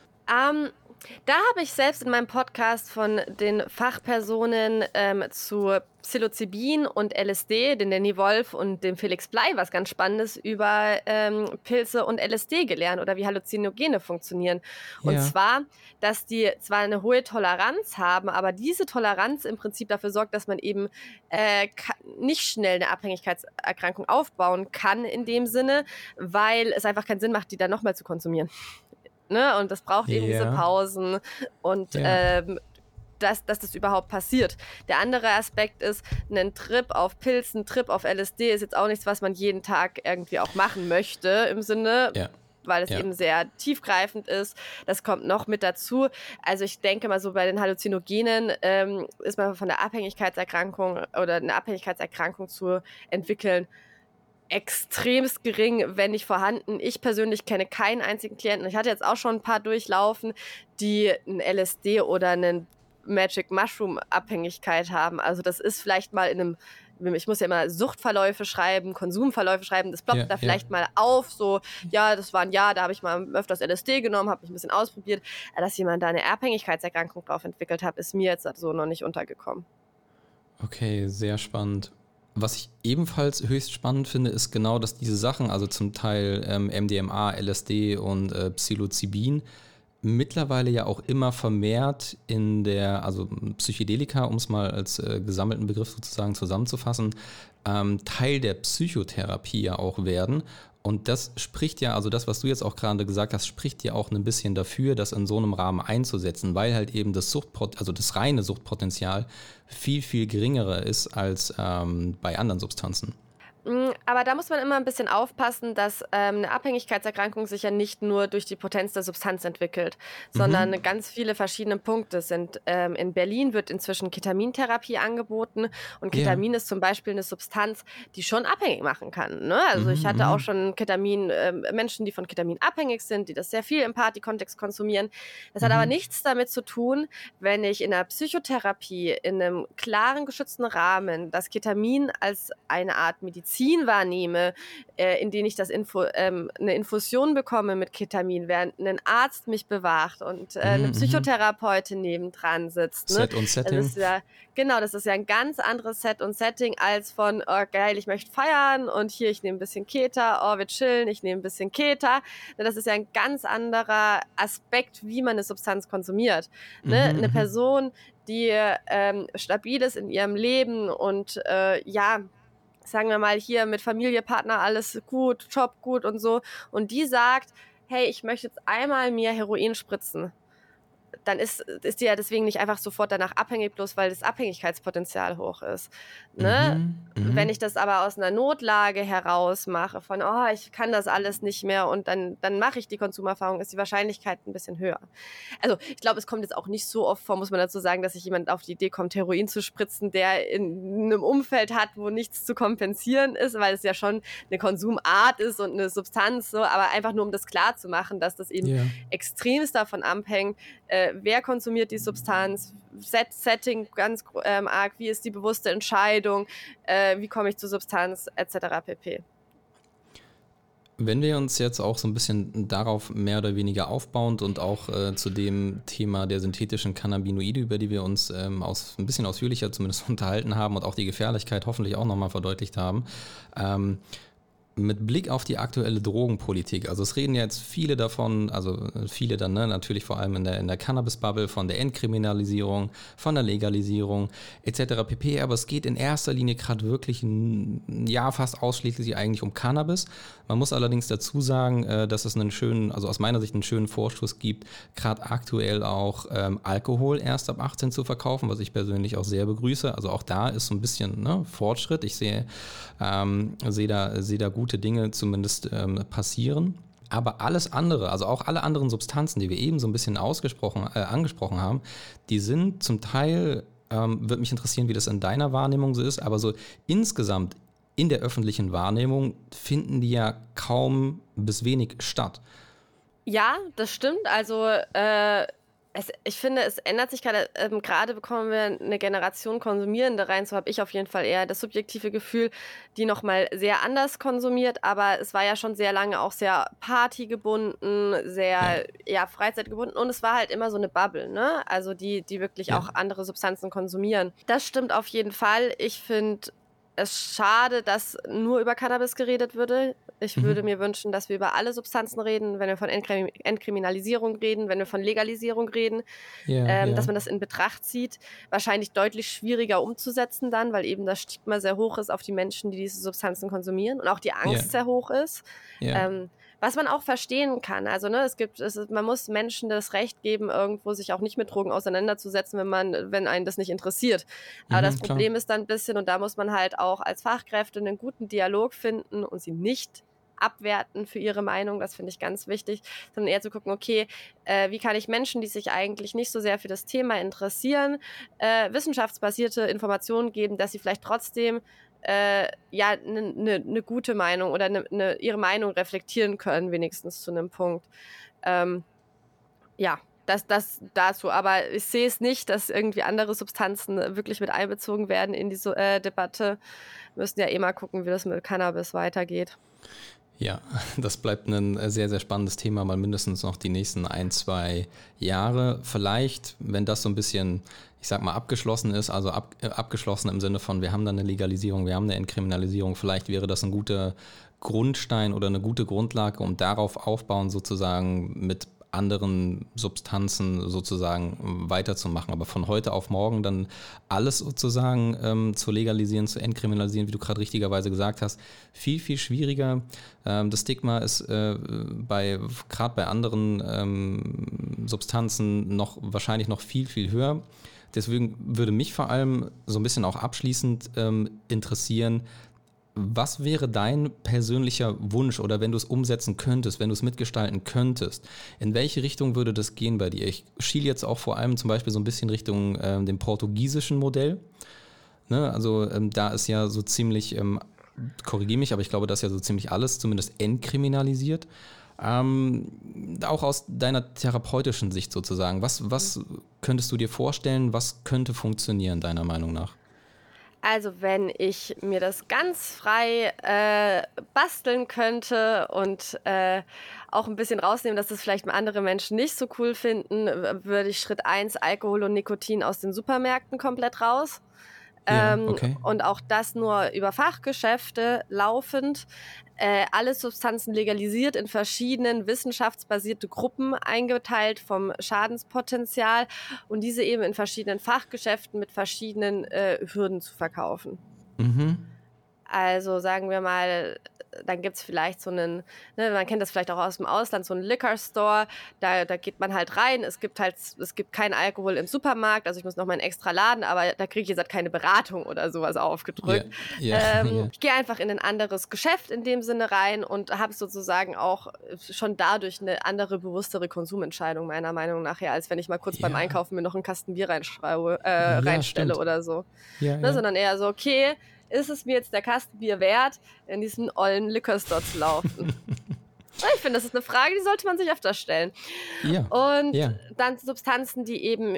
Da habe ich selbst in meinem Podcast von den Fachpersonen zu Psilocybin und LSD, den Danny Wolf und dem Felix Bley, was ganz Spannendes über Pilze und LSD gelernt oder wie Halluzinogene funktionieren. Und zwar, dass die zwar eine hohe Toleranz haben, aber diese Toleranz im Prinzip dafür sorgt, dass man eben nicht schnell eine Abhängigkeitserkrankung aufbauen kann in dem Sinne, weil es einfach keinen Sinn macht, die dann nochmal zu konsumieren. Ne? Und das braucht eben diese Pausen und dass das überhaupt passiert. Der andere Aspekt ist, ein Trip auf Pilzen, Trip auf LSD ist jetzt auch nichts, was man jeden Tag irgendwie auch machen möchte im Sinne, weil es eben sehr tiefgreifend ist. Das kommt noch mit dazu. Also ich denke mal so bei den Halluzinogenen ist man von der Abhängigkeitserkrankung oder eine Abhängigkeitserkrankung zu entwickeln extremst gering, wenn nicht vorhanden. Ich persönlich kenne keinen einzigen Klienten. Ich hatte jetzt auch schon ein paar durchlaufen, die ein LSD oder eine Magic Mushroom Abhängigkeit haben. Also das ist vielleicht mal ich muss ja immer Suchtverläufe schreiben, Konsumverläufe schreiben, das ploppt da vielleicht mal auf, so, das war ein Jahr, da habe ich mal öfters LSD genommen, habe mich ein bisschen ausprobiert. Dass jemand da eine Abhängigkeitserkrankung drauf entwickelt hat, ist mir jetzt so noch nicht untergekommen. Okay, sehr spannend. Was ich ebenfalls höchst spannend finde, ist genau, dass diese Sachen, also zum Teil MDMA, LSD und Psilocybin, mittlerweile ja auch immer vermehrt also Psychedelika, um es mal als gesammelten Begriff sozusagen zusammenzufassen, Teil der Psychotherapie ja auch werden. Und das spricht ja, also das, was du jetzt auch gerade gesagt hast, spricht ja auch ein bisschen dafür, das in so einem Rahmen einzusetzen, weil halt eben das reine Suchtpotenzial viel, viel geringerer ist als bei anderen Substanzen. Aber da muss man immer ein bisschen aufpassen, dass eine Abhängigkeitserkrankung sich ja nicht nur durch die Potenz der Substanz entwickelt, sondern ganz viele verschiedene Punkte sind. In Berlin wird inzwischen Ketamintherapie angeboten und Ketamin ist zum Beispiel eine Substanz, die schon abhängig machen kann. Ne? Also ich hatte auch schon Menschen, die von Ketamin abhängig sind, die das sehr viel im Partykontext konsumieren. Das hat aber nichts damit zu tun, wenn ich in der Psychotherapie in einem klaren, geschützten Rahmen das Ketamin als eine Art Medizin wahrnehme, in denen ich eine Infusion bekomme mit Ketamin, während ein Arzt mich bewacht und eine Psychotherapeutin nebendran sitzt. Ne? Set und Setting. Das ist ja ein ganz anderes Set und Setting als von, oh geil, ich möchte feiern und hier, ich nehme ein bisschen Keta, oh wir chillen, ich nehme ein bisschen Keta. Das ist ja ein ganz anderer Aspekt, wie man eine Substanz konsumiert. Ne? Eine Person, die stabil ist in ihrem Leben und sagen wir mal hier mit Familie, Partner, alles gut, Job gut und so. Und die sagt, hey, ich möchte jetzt einmal mir Heroin spritzen. Dann ist die ja deswegen nicht einfach sofort danach abhängig, bloß weil das Abhängigkeitspotenzial hoch ist. Ne? Wenn ich das aber aus einer Notlage heraus mache, von, ich kann das alles nicht mehr und dann mache ich die Konsumerfahrung, ist die Wahrscheinlichkeit ein bisschen höher. Also ich glaube, es kommt jetzt auch nicht so oft vor, muss man dazu sagen, dass sich jemand auf die Idee kommt, Heroin zu spritzen, der in einem Umfeld hat, wo nichts zu kompensieren ist, weil es ja schon eine Konsumart ist und eine Substanz, so, aber einfach nur, um das klar zu machen, dass das eben extremst davon abhängt, wer konsumiert die Substanz, Setting ganz arg, wie ist die bewusste Entscheidung, wie komme ich zur Substanz, etc. pp. Wenn wir uns jetzt auch so ein bisschen darauf mehr oder weniger aufbauend und auch zu dem Thema der synthetischen Cannabinoide, über die wir uns ein bisschen ausführlicher zumindest unterhalten haben und auch die Gefährlichkeit hoffentlich auch nochmal verdeutlicht haben, mit Blick auf die aktuelle Drogenpolitik, also es reden ja jetzt viele davon, also viele dann natürlich vor allem in der Cannabis-Bubble von der Entkriminalisierung, von der Legalisierung etc. pp. Aber es geht in erster Linie gerade wirklich fast ausschließlich eigentlich um Cannabis. Man muss allerdings dazu sagen, dass es aus meiner Sicht einen schönen Vorstoß gibt, gerade aktuell auch Alkohol erst ab 18 zu verkaufen, was ich persönlich auch sehr begrüße. Also auch da ist so ein bisschen Fortschritt. Ich sehe da gute Dinge zumindest passieren. Aber alles andere, also auch alle anderen Substanzen, die wir eben so ein bisschen angesprochen haben, die sind zum Teil, würde mich interessieren, wie das in deiner Wahrnehmung so ist, aber so insgesamt in der öffentlichen Wahrnehmung finden die ja kaum bis wenig statt. Ja, das stimmt. Also ich finde, es ändert sich gerade bekommen wir eine Generation Konsumierende rein, so habe ich auf jeden Fall eher das subjektive Gefühl, die nochmal sehr anders konsumiert, aber es war ja schon sehr lange auch sehr partygebunden, sehr freizeitgebunden und es war halt immer so eine Bubble, ne? Also die wirklich auch andere Substanzen konsumieren. Das stimmt auf jeden Fall. Ich finde es schade, dass nur über Cannabis geredet würde. Ich würde mir wünschen, dass wir über alle Substanzen reden, wenn wir von Entkriminalisierung reden, wenn wir von Legalisierung reden, dass man das in Betracht zieht. Wahrscheinlich deutlich schwieriger umzusetzen dann, weil eben das Stigma sehr hoch ist auf die Menschen, die diese Substanzen konsumieren und auch die Angst sehr hoch ist. Was man auch verstehen kann. Also man muss Menschen das Recht geben, irgendwo sich auch nicht mit Drogen auseinanderzusetzen, wenn einen das nicht interessiert. Aber das Problem ist dann ein bisschen, und da muss man halt auch als Fachkräfte einen guten Dialog finden und sie nicht abwerten für ihre Meinung, das finde ich ganz wichtig, sondern eher zu gucken, okay, wie kann ich Menschen, die sich eigentlich nicht so sehr für das Thema interessieren, wissenschaftsbasierte Informationen geben, dass sie vielleicht trotzdem eine gute Meinung oder ihre Meinung reflektieren können, wenigstens zu einem Punkt. Das dazu. Aber ich sehe es nicht, dass irgendwie andere Substanzen wirklich mit einbezogen werden in diese Debatte. Wir müssen ja mal gucken, wie das mit Cannabis weitergeht. Ja, das bleibt ein sehr, sehr spannendes Thema, mal mindestens noch die nächsten 1-2 Jahre. Vielleicht, wenn das so ein bisschen, ich sag mal, abgeschlossen ist, also abgeschlossen im Sinne von, wir haben dann eine Legalisierung, wir haben eine Entkriminalisierung, vielleicht wäre das ein guter Grundstein oder eine gute Grundlage, um darauf aufbauen, sozusagen mit anderen Substanzen sozusagen weiterzumachen. Aber von heute auf morgen dann alles sozusagen zu legalisieren, zu entkriminalisieren, wie du gerade richtigerweise gesagt hast, viel, viel schwieriger. Das Stigma ist gerade bei anderen Substanzen wahrscheinlich noch viel, viel höher. Deswegen würde mich vor allem so ein bisschen auch abschließend interessieren, was wäre dein persönlicher Wunsch oder wenn du es umsetzen könntest, wenn du es mitgestalten könntest, in welche Richtung würde das gehen bei dir? Ich schiele jetzt auch vor allem zum Beispiel so ein bisschen Richtung dem portugiesischen Modell. Ne? Also da ist ja so ziemlich, korrigiere mich, aber ich glaube, da ist ja so ziemlich alles zumindest entkriminalisiert. Auch aus deiner therapeutischen Sicht sozusagen. Was könntest du dir vorstellen, was könnte funktionieren, deiner Meinung nach? Also wenn ich mir das ganz frei basteln könnte und auch ein bisschen rausnehmen, dass das vielleicht andere Menschen nicht so cool finden, würde ich Schritt 1 Alkohol und Nikotin aus den Supermärkten komplett raus. Ja, okay. Und auch das nur über Fachgeschäfte laufend. Alle Substanzen legalisiert, in verschiedenen wissenschaftsbasierte Gruppen eingeteilt vom Schadenspotenzial und diese eben in verschiedenen Fachgeschäften mit verschiedenen Hürden zu verkaufen. Mhm. Also sagen wir mal, dann gibt es vielleicht so einen, ne, man kennt das vielleicht auch aus dem Ausland, so einen Liquor Store, da geht man halt rein, es gibt keinen Alkohol im Supermarkt, also ich muss nochmal einen extra Laden, aber da kriege ich jetzt halt keine Beratung oder sowas aufgedrückt. Ich gehe einfach in ein anderes Geschäft in dem Sinne rein und habe sozusagen auch schon dadurch eine andere, bewusstere Konsumentscheidung meiner Meinung nach, als wenn ich mal kurz beim Einkaufen mir noch einen Kasten Bier reinstelle oder so. Sondern eher so, okay, ist es mir jetzt der Kasten Bier wert, in diesen ollen Liquor Store zu laufen? Ich finde, das ist eine Frage, die sollte man sich öfter stellen. Und dann Substanzen, die eben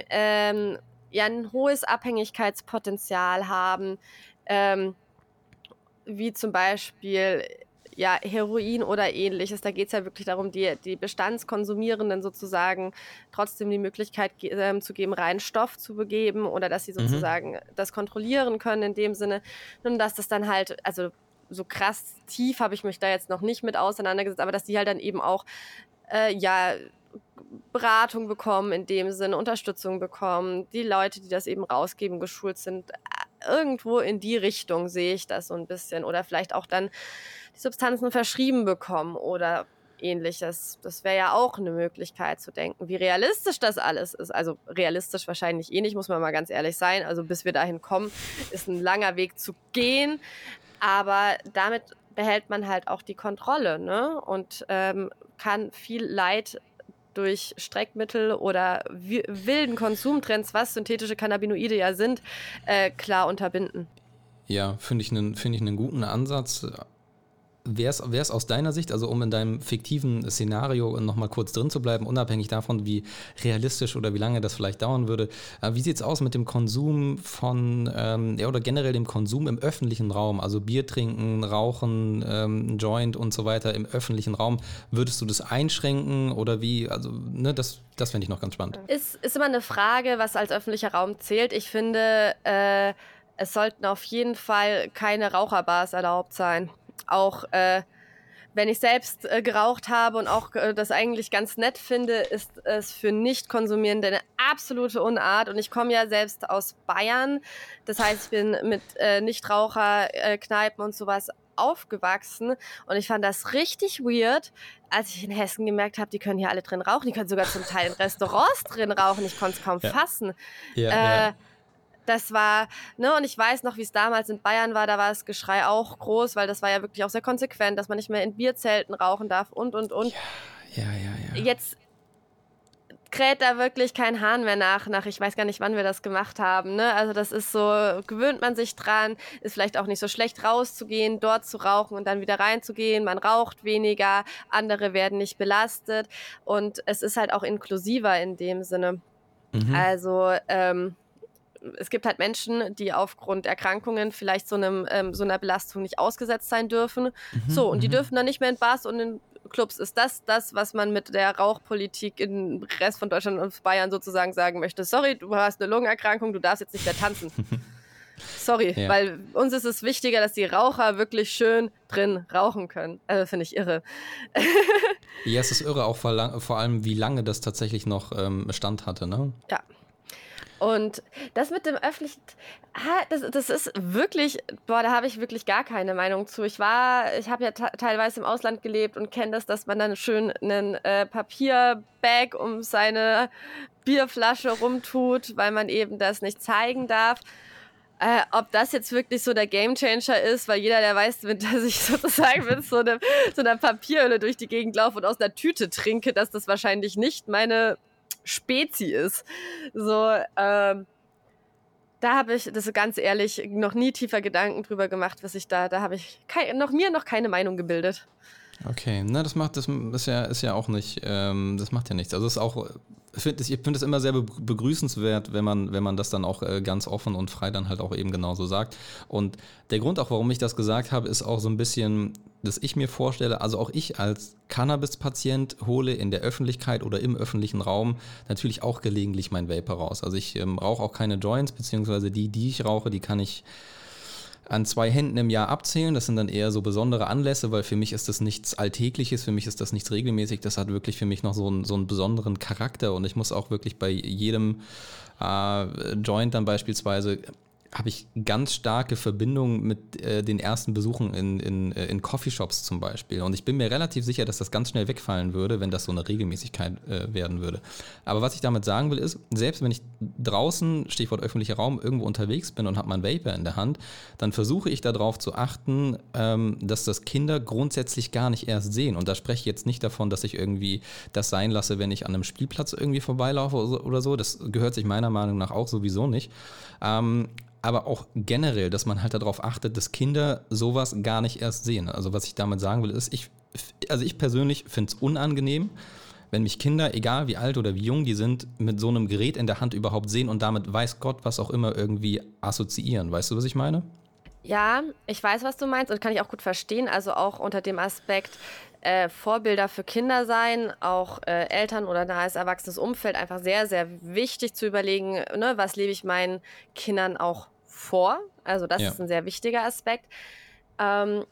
ein hohes Abhängigkeitspotenzial haben, wie zum Beispiel Heroin oder ähnliches. Da geht es ja wirklich darum, die Bestandskonsumierenden sozusagen trotzdem die Möglichkeit zu geben, reinen Stoff zu begeben oder dass sie sozusagen das kontrollieren können in dem Sinne. Und dass das dann halt, also so krass tief habe ich mich da jetzt noch nicht mit auseinandergesetzt, aber dass die halt dann eben auch Beratung bekommen in dem Sinne, Unterstützung bekommen, die Leute, die das eben rausgeben, geschult sind. Irgendwo in die Richtung sehe ich das so ein bisschen. Oder vielleicht auch dann die Substanzen verschrieben bekommen oder ähnliches. Das wäre ja auch eine Möglichkeit zu denken, wie realistisch das alles ist. Also realistisch wahrscheinlich nicht, muss man mal ganz ehrlich sein. Also bis wir dahin kommen, ist ein langer Weg zu gehen. Aber damit behält man halt auch die Kontrolle, ne? Und kann viel Leid durch Streckmittel oder wilden Konsumtrends, was synthetische Cannabinoide ja sind, klar unterbinden. Ja, finde ich einen guten Ansatz. Wäre es aus deiner Sicht, also um in deinem fiktiven Szenario nochmal kurz drin zu bleiben, unabhängig davon, wie realistisch oder wie lange das vielleicht dauern würde, wie sieht es aus mit dem Konsum von, oder generell dem Konsum im öffentlichen Raum, also Bier trinken, rauchen, Joint und so weiter im öffentlichen Raum, würdest du das einschränken oder wie, also ne, das fände ich noch ganz spannend. Ist immer eine Frage, was als öffentlicher Raum zählt. Ich finde, es sollten auf jeden Fall keine Raucherbars erlaubt sein. Auch wenn ich selbst geraucht habe und auch das eigentlich ganz nett finde, ist es für Nicht-Konsumierende eine absolute Unart. Und ich komme ja selbst aus Bayern. Das heißt, ich bin mit Nichtraucherkneipen und sowas aufgewachsen. Und ich fand das richtig weird, als ich in Hessen gemerkt habe, die können hier alle drin rauchen. Die können sogar zum Teil in Restaurants drin rauchen. Ich konnte es kaum fassen. Das war, ne, und ich weiß noch, wie es damals in Bayern war, da war das Geschrei auch groß, weil das war ja wirklich auch sehr konsequent, dass man nicht mehr in Bierzelten rauchen darf und. Ja. Jetzt kräht da wirklich kein Hahn mehr nach, ich weiß gar nicht, wann wir das gemacht haben, ne, also das ist so, gewöhnt man sich dran, ist vielleicht auch nicht so schlecht rauszugehen, dort zu rauchen und dann wieder reinzugehen, man raucht weniger, andere werden nicht belastet und es ist halt auch inklusiver in dem Sinne. Also, es gibt halt Menschen, die aufgrund Erkrankungen vielleicht so einer Belastung nicht ausgesetzt sein dürfen. Und die dürfen dann nicht mehr in Bars und in Clubs. Ist das, was man mit der Rauchpolitik im Rest von Deutschland und Bayern sozusagen sagen möchte? Sorry, du hast eine Lungenerkrankung, du darfst jetzt nicht mehr tanzen. Sorry, weil uns ist es wichtiger, dass die Raucher wirklich schön drin rauchen können. Also finde ich irre. Ja, es ist irre, auch vor allem, wie lange das tatsächlich noch Stand hatte, ne? Ja. Und das mit dem öffentlichen, das ist wirklich, boah, da habe ich wirklich gar keine Meinung zu. Ich habe ja teilweise im Ausland gelebt und kenne das, dass man dann schön einen Papierbag um seine Bierflasche rumtut, weil man eben das nicht zeigen darf. Ob das jetzt wirklich so der Gamechanger ist, weil jeder, der weiß, dass ich sozusagen mit so einer Papierhülle durch die Gegend laufe und aus einer Tüte trinke, dass das wahrscheinlich nicht meine Spezi ist. So, da habe ich, das ist ganz ehrlich, noch nie tiefer Gedanken drüber gemacht, was ich da habe ich mir noch keine Meinung gebildet. Okay, na, das ist ja auch nicht, das macht ja nichts. Also es ist auch, ich finde es immer sehr begrüßenswert, wenn man das dann auch ganz offen und frei dann halt auch eben genauso sagt. Und der Grund auch, warum ich das gesagt habe, ist auch so ein bisschen, dass ich mir vorstelle, also auch ich als Cannabis-Patient hole in der Öffentlichkeit oder im öffentlichen Raum natürlich auch gelegentlich mein Vape raus. Also ich rauche auch keine Joints, beziehungsweise die ich rauche, die kann ich an 2 Händen im Jahr abzählen. Das sind dann eher so besondere Anlässe, weil für mich ist das nichts Alltägliches, für mich ist das nichts regelmäßig. Das hat wirklich für mich noch so einen besonderen Charakter und ich muss auch wirklich bei jedem Joint dann beispielsweise habe ich ganz starke Verbindungen mit den ersten Besuchen in Coffeeshops zum Beispiel. Und ich bin mir relativ sicher, dass das ganz schnell wegfallen würde, wenn das so eine Regelmäßigkeit werden würde. Aber was ich damit sagen will, ist, selbst wenn ich draußen, Stichwort öffentlicher Raum, irgendwo unterwegs bin und habe mein Vapor in der Hand, dann versuche ich darauf zu achten, dass das Kinder grundsätzlich gar nicht erst sehen. Und da spreche ich jetzt nicht davon, dass ich irgendwie das sein lasse, wenn ich an einem Spielplatz irgendwie vorbeilaufe oder so. Das gehört sich meiner Meinung nach auch sowieso nicht. Aber auch generell, dass man halt darauf achtet, dass Kinder sowas gar nicht erst sehen. Also was ich damit sagen will, ist, ich persönlich finde es unangenehm, wenn mich Kinder, egal wie alt oder wie jung die sind, mit so einem Gerät in der Hand überhaupt sehen und damit weiß Gott, was auch immer irgendwie assoziieren. Weißt du, was ich meine? Ja, ich weiß, was du meinst und kann ich auch gut verstehen. Also auch unter dem Aspekt Vorbilder für Kinder sein, auch Eltern oder nahes erwachsenes Umfeld, einfach sehr, sehr wichtig zu überlegen, ne, was lebe ich meinen Kindern auch vor. Also das ist ein sehr wichtiger Aspekt. Der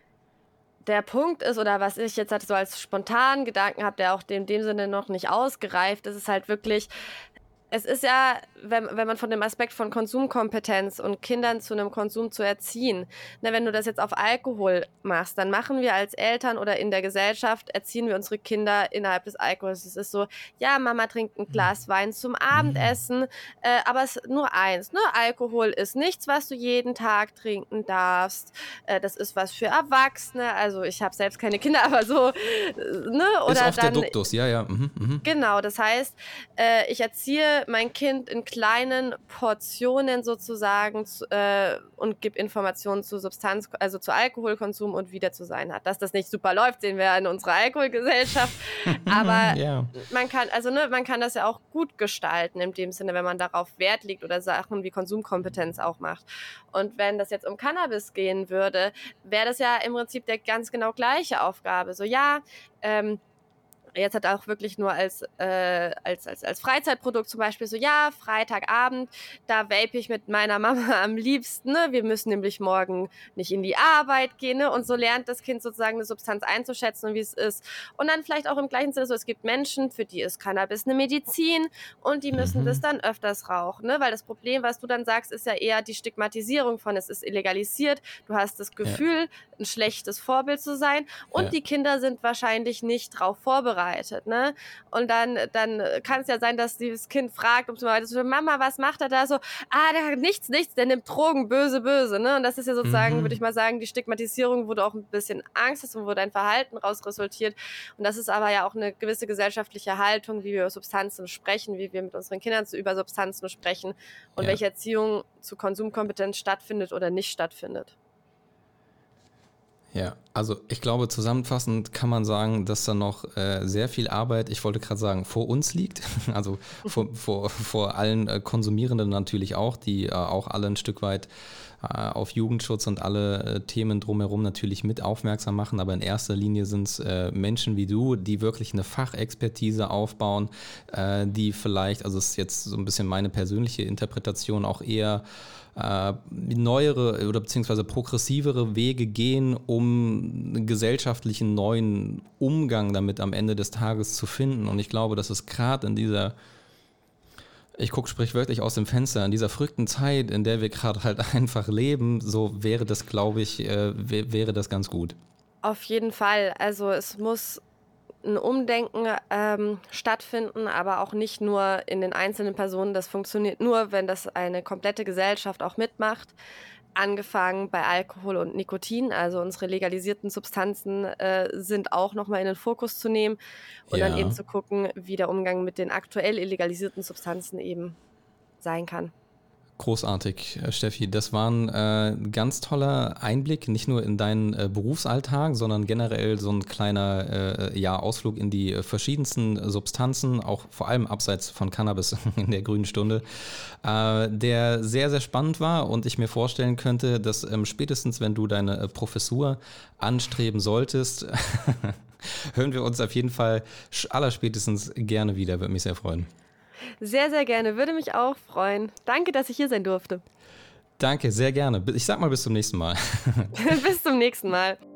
Punkt ist, oder was ich jetzt halt so als spontanen Gedanken habe, der auch in dem Sinne noch nicht ausgereift ist, ist halt wirklich, es ist ja, wenn man von dem Aspekt von Konsumkompetenz und Kindern zu einem Konsum zu erziehen, ne, wenn du das jetzt auf Alkohol machst, dann machen wir als Eltern oder in der Gesellschaft, erziehen wir unsere Kinder innerhalb des Alkohols. Es ist so, ja, Mama trinkt ein Glas Wein zum Abendessen, aber es ist nur eins, ne? Alkohol ist nichts, was du jeden Tag trinken darfst. Das ist was für Erwachsene, also ich habe selbst keine Kinder, aber so, ne? Oder ist oft dann, der Duktus, ja. Genau, das heißt, ich erziehe mein Kind in kleinen Portionen sozusagen und gebe Informationen zu Substanz, also zu Alkoholkonsum und wie der zu sein hat. Dass das nicht super läuft, sehen wir in unserer Alkoholgesellschaft. Aber man kann das ja auch gut gestalten, in dem Sinne, wenn man darauf Wert legt oder Sachen wie Konsumkompetenz auch macht. Und wenn das jetzt um Cannabis gehen würde, wäre das ja im Prinzip der ganz genau gleiche Aufgabe. So, ja, jetzt hat auch wirklich nur als Freizeitprodukt zum Beispiel so, ja, Freitagabend, da vape ich mit meiner Mama am liebsten, ne? Wir müssen nämlich morgen nicht in die Arbeit gehen, ne? Und so lernt das Kind sozusagen eine Substanz einzuschätzen und wie es ist. Und dann vielleicht auch im gleichen Sinne so, es gibt Menschen, für die ist Cannabis eine Medizin und die müssen das dann öfters rauchen, ne? Weil das Problem, was du dann sagst, ist ja eher die Stigmatisierung von, es ist illegalisiert, du hast das Gefühl, ein schlechtes Vorbild zu sein und die Kinder sind wahrscheinlich nicht drauf vorbereitet. Ne? Und dann kann es ja sein, dass dieses Kind fragt, Mama, was macht er da so? Der hat nichts, der nimmt Drogen, böse, böse. Ne? Und das ist ja sozusagen, würde ich mal sagen, die Stigmatisierung, wo du auch ein bisschen Angst hast und wo dein Verhalten raus resultiert. Und das ist aber ja auch eine gewisse gesellschaftliche Haltung, wie wir über Substanzen sprechen, wie wir mit unseren Kindern über Substanzen sprechen und welche Erziehung zu Konsumkompetenz stattfindet oder nicht stattfindet. Ja, also ich glaube, zusammenfassend kann man sagen, dass da noch sehr viel Arbeit, ich wollte gerade sagen, vor uns liegt. Also vor allen Konsumierenden natürlich auch, die auch alle ein Stück weit auf Jugendschutz und alle Themen drumherum natürlich mit aufmerksam machen. Aber in erster Linie sind es Menschen wie du, die wirklich eine Fachexpertise aufbauen, die vielleicht, also es ist jetzt so ein bisschen meine persönliche Interpretation, auch eher neuere oder beziehungsweise progressivere Wege gehen, um einen gesellschaftlichen neuen Umgang damit am Ende des Tages zu finden. Und ich glaube, dass es gerade in dieser, ich gucke sprichwörtlich aus dem Fenster, in dieser verrückten Zeit, in der wir gerade halt einfach leben, so wäre das, glaube ich, wäre das ganz gut. Auf jeden Fall. Also es muss ein Umdenken stattfinden, aber auch nicht nur in den einzelnen Personen. Das funktioniert nur, wenn das eine komplette Gesellschaft auch mitmacht. Angefangen bei Alkohol und Nikotin, also unsere legalisierten Substanzen sind auch nochmal in den Fokus zu nehmen und dann eben zu gucken, wie der Umgang mit den aktuell illegalisierten Substanzen eben sein kann. Großartig, Steffi. Das war ein ganz toller Einblick, nicht nur in deinen Berufsalltag, sondern generell so ein kleiner Ausflug in die verschiedensten Substanzen, auch vor allem abseits von Cannabis in der grünen Stunde, der sehr, sehr spannend war und ich mir vorstellen könnte, dass spätestens, wenn du deine Professur anstreben solltest, hören wir uns auf jeden Fall allerspätestens gerne wieder. Würde mich sehr freuen. Sehr, sehr gerne. Würde mich auch freuen. Danke, dass ich hier sein durfte. Danke, sehr gerne. Ich sag mal bis zum nächsten Mal. Bis zum nächsten Mal.